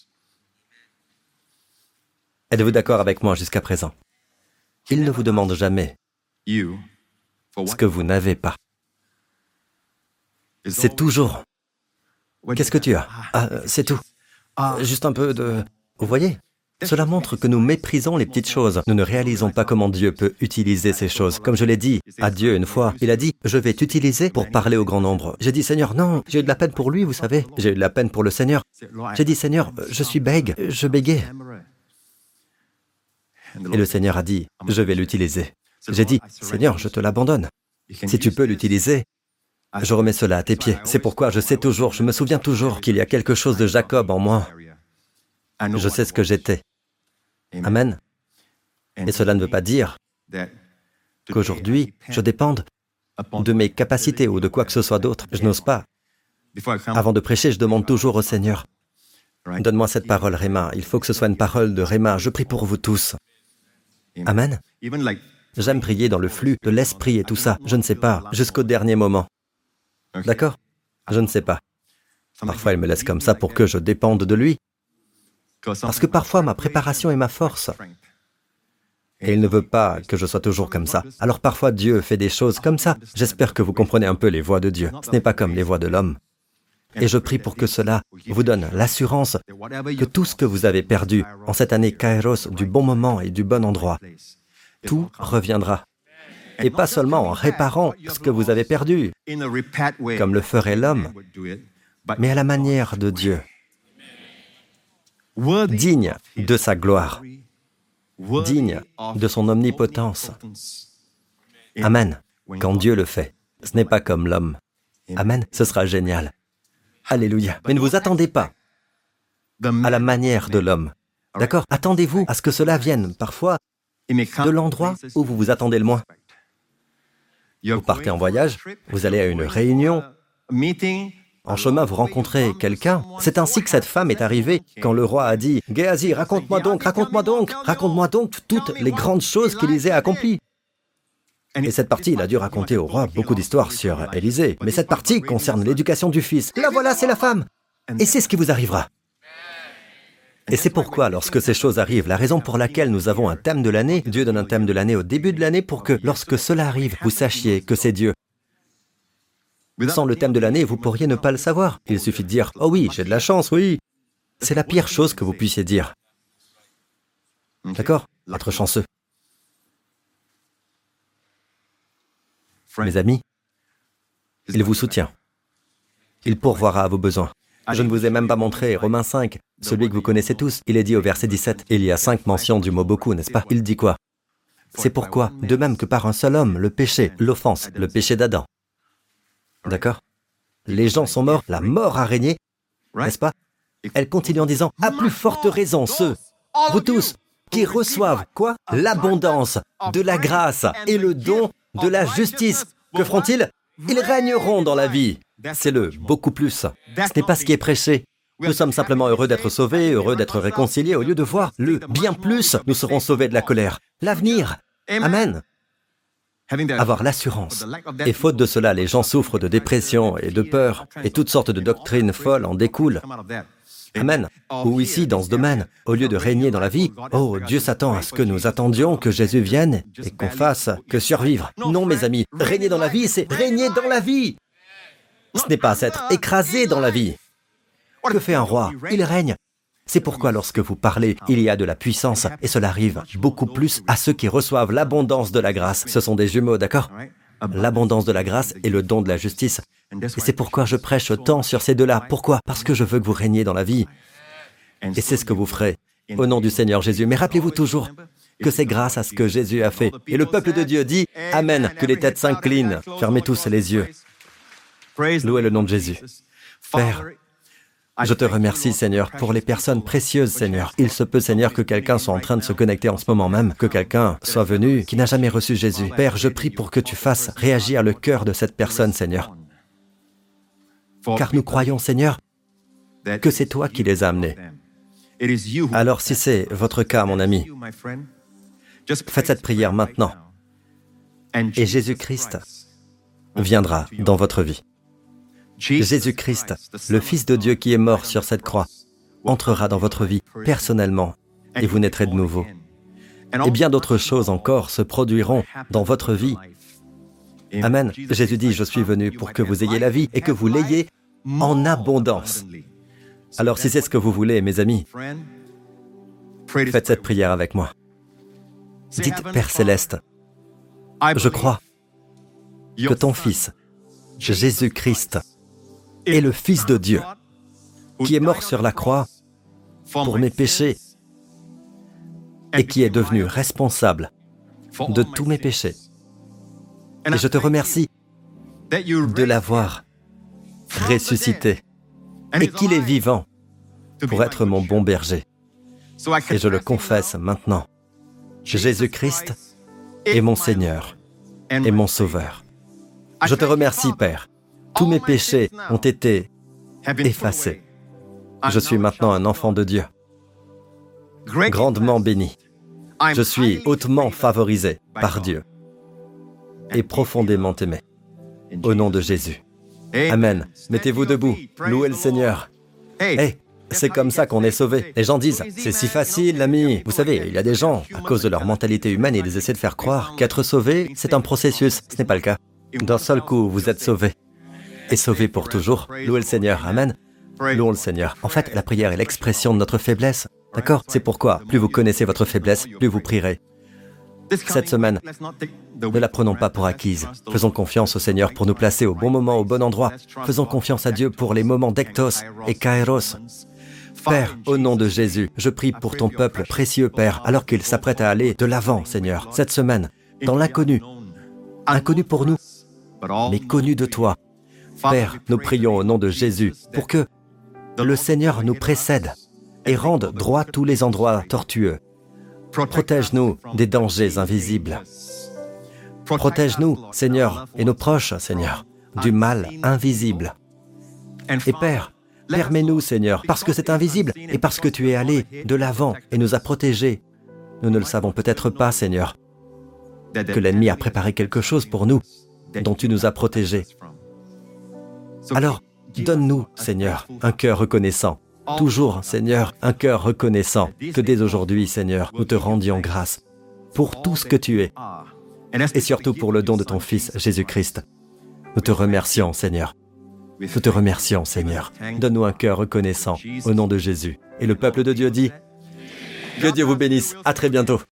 Êtes-vous d'accord avec moi jusqu'à présent? Il ne vous demande jamais ce que vous n'avez pas. C'est toujours. Qu'est-ce que tu as? Ah, c'est tout. Juste un peu de... Vous voyez? Cela montre que nous méprisons les petites choses. Nous ne réalisons pas comment Dieu peut utiliser ces choses. Comme je l'ai dit à Dieu une fois, il a dit, « Je vais t'utiliser pour parler au grand nombre. » J'ai dit, « Seigneur, non, j'ai eu de la peine pour lui, vous savez. J'ai eu de la peine pour le Seigneur. » J'ai dit, « Seigneur, je suis bègue, je bégais. » Et le Seigneur a dit, « Je vais l'utiliser. » J'ai dit, « Seigneur, je te l'abandonne. Si tu peux l'utiliser, je remets cela à tes pieds. » C'est pourquoi je sais toujours, je me souviens toujours qu'il y a quelque chose de Jacob en moi. Je sais ce que j'étais. Amen. Et cela ne veut pas dire qu'aujourd'hui, je dépende de mes capacités ou de quoi que ce soit d'autre. Je n'ose pas. Avant de prêcher, je demande toujours au Seigneur, « Donne-moi cette parole, Réma. Il faut que ce soit une parole de Réma. Je prie pour vous tous. » Amen. J'aime prier dans le flux de l'esprit et tout ça. Je ne sais pas, jusqu'au dernier moment. D'accord? Je ne sais pas. Parfois, il me laisse comme ça pour que je dépende de lui. Parce que parfois, ma préparation est ma force. Et il ne veut pas que je sois toujours comme ça. Alors parfois, Dieu fait des choses comme ça. J'espère que vous comprenez un peu les voies de Dieu. Ce n'est pas comme les voies de l'homme. Et je prie pour que cela vous donne l'assurance que tout ce que vous avez perdu en cette année Kairos, du bon moment et du bon endroit, tout reviendra. Et pas seulement en réparant ce que vous avez perdu, comme le ferait l'homme, mais à la manière de Dieu, digne de sa gloire, digne de son omnipotence. Amen. Quand Dieu le fait, ce n'est pas comme l'homme. Amen. Ce sera génial. Alléluia. Mais ne vous attendez pas à la manière de l'homme. D'accord? Attendez-vous à ce que cela vienne. Parfois, de l'endroit où vous vous attendez le moins. Vous partez en voyage, vous allez à une réunion, en chemin vous rencontrez quelqu'un. C'est ainsi que cette femme est arrivée quand le roi a dit « Géasi, raconte-moi donc, raconte-moi donc, raconte-moi donc toutes les grandes choses qu'Élisée a accomplies. » Et cette partie, il a dû raconter au roi beaucoup d'histoires sur Élisée. Mais cette partie concerne l'éducation du fils. La voilà, c'est la femme. Et c'est ce qui vous arrivera. Et c'est pourquoi, lorsque ces choses arrivent, la raison pour laquelle nous avons un thème de l'année, Dieu donne un thème de l'année au début de l'année pour que, lorsque cela arrive, vous sachiez que c'est Dieu. Sans le thème de l'année, vous pourriez ne pas le savoir. Il suffit de dire « Oh oui, j'ai de la chance, oui !» C'est la pire chose que vous puissiez dire. D'accord? Être chanceux. Mes amis, il vous soutient. Il pourvoira à vos besoins. Je ne vous ai même pas montré Romains cinq, celui que vous connaissez tous. Il est dit au verset dix-sept, il y a cinq mentions du mot beaucoup, n'est-ce pas? Il dit quoi? C'est pourquoi, de même que par un seul homme, le péché, l'offense, le péché d'Adam. D'accord? Les gens sont morts, la mort a régné, n'est-ce pas? Elle continue en disant, à plus forte raison, ceux, vous tous, qui reçoivent, quoi? L'abondance de la grâce et le don de la justice. Que feront-ils? Ils régneront dans la vie. C'est le beaucoup plus. Ce n'est pas ce qui est prêché. Nous sommes simplement heureux d'être sauvés, heureux d'être réconciliés, au lieu de voir le bien plus, nous serons sauvés de la colère. L'avenir. Amen. Avoir l'assurance. Et faute de cela, les gens souffrent de dépression et de peur, et toutes sortes de doctrines folles en découlent. Amen. Ou ici, dans ce domaine, au lieu de régner dans la vie, oh, Dieu s'attend à ce que nous attendions que Jésus vienne et qu'on fasse que survivre. Non, mes amis, régner dans la vie, c'est régner dans la vie. Ce n'est pas s'être écrasé dans la vie. Que fait un roi? Il règne. C'est pourquoi lorsque vous parlez, il y a de la puissance, et cela arrive beaucoup plus à ceux qui reçoivent l'abondance de la grâce. Ce sont des jumeaux, d'accord? L'abondance de la grâce et le don de la justice. Et c'est pourquoi je prêche autant sur ces deux-là. Pourquoi? Parce que je veux que vous régniez dans la vie. Et c'est ce que vous ferez, au nom du Seigneur Jésus. Mais rappelez-vous toujours que c'est grâce à ce que Jésus a fait. Et le peuple de Dieu dit « Amen », que les têtes s'inclinent. Fermez tous les yeux. Louez le nom de Jésus. Père, je te remercie, Seigneur, pour les personnes précieuses, Seigneur. Il se peut, Seigneur, que quelqu'un soit en train de se connecter en ce moment même, que quelqu'un soit venu qui n'a jamais reçu Jésus. Père, je prie pour que tu fasses réagir le cœur de cette personne, Seigneur. Car nous croyons, Seigneur, que c'est toi qui les as amenés. Alors, si c'est votre cas, mon ami, faites cette prière maintenant, et Jésus-Christ viendra dans votre vie. Jésus-Christ, le Fils de Dieu qui est mort sur cette croix, entrera dans votre vie personnellement et vous naîtrez de nouveau. Et bien d'autres choses encore se produiront dans votre vie. Amen. Jésus dit, je suis venu pour que vous ayez la vie et que vous l'ayez en abondance. Alors si c'est ce que vous voulez, mes amis, faites cette prière avec moi. Dites, Père Céleste, je crois que ton Fils, Jésus-Christ, est le Fils de Dieu, qui est mort sur la croix pour mes péchés et qui est devenu responsable de tous mes péchés. Et je te remercie de l'avoir ressuscité et qu'il est vivant pour être mon bon berger. Et je le confesse maintenant. Jésus-Christ est mon Seigneur et mon Sauveur. Je te remercie, Père. Tous mes péchés ont été effacés. Je suis maintenant un enfant de Dieu, grandement béni. Je suis hautement favorisé par Dieu et profondément aimé. Au nom de Jésus. Amen. Mettez-vous debout. Louez le Seigneur. Hey, c'est comme ça qu'on est sauvé. Les gens disent, c'est si facile, l'ami. Vous savez, il y a des gens, à cause de leur mentalité humaine, ils essaient de faire croire qu'être sauvé, c'est un processus. Ce n'est pas le cas. D'un seul coup, vous êtes sauvé. Et sauvé pour toujours. Louez le Seigneur. Amen. Louons le Seigneur. En fait, la prière est l'expression de notre faiblesse. D'accord? C'est pourquoi, plus vous connaissez votre faiblesse, plus vous prierez. Cette semaine, ne la prenons pas pour acquise. Faisons confiance au Seigneur pour nous placer au bon moment, au bon endroit. Faisons confiance à Dieu pour les moments d'Ektos et Kairos. Père, au nom de Jésus, je prie pour ton peuple précieux, Père, alors qu'il s'apprête à aller de l'avant, Seigneur, cette semaine, dans l'inconnu. Inconnu pour nous, mais connu de toi. Père, nous prions au nom de Jésus pour que le Seigneur nous précède et rende droit tous les endroits tortueux. Protège-nous des dangers invisibles. Protège-nous, Seigneur, et nos proches, Seigneur, du mal invisible. Et Père, permets-nous, Seigneur, parce que c'est invisible et parce que tu es allé de l'avant et nous a protégés. Nous ne le savons peut-être pas, Seigneur, que l'ennemi a préparé quelque chose pour nous, dont tu nous as protégés. Alors, donne-nous, Seigneur, un cœur reconnaissant. Toujours, Seigneur, un cœur reconnaissant, que dès aujourd'hui, Seigneur, nous te rendions grâce pour tout ce que tu es, et surtout pour le don de ton Fils, Jésus-Christ. Nous te remercions, Seigneur. Nous te remercions, Seigneur. Donne-nous un cœur reconnaissant, au nom de Jésus. Et le peuple de Dieu dit, que Dieu vous bénisse. À très bientôt.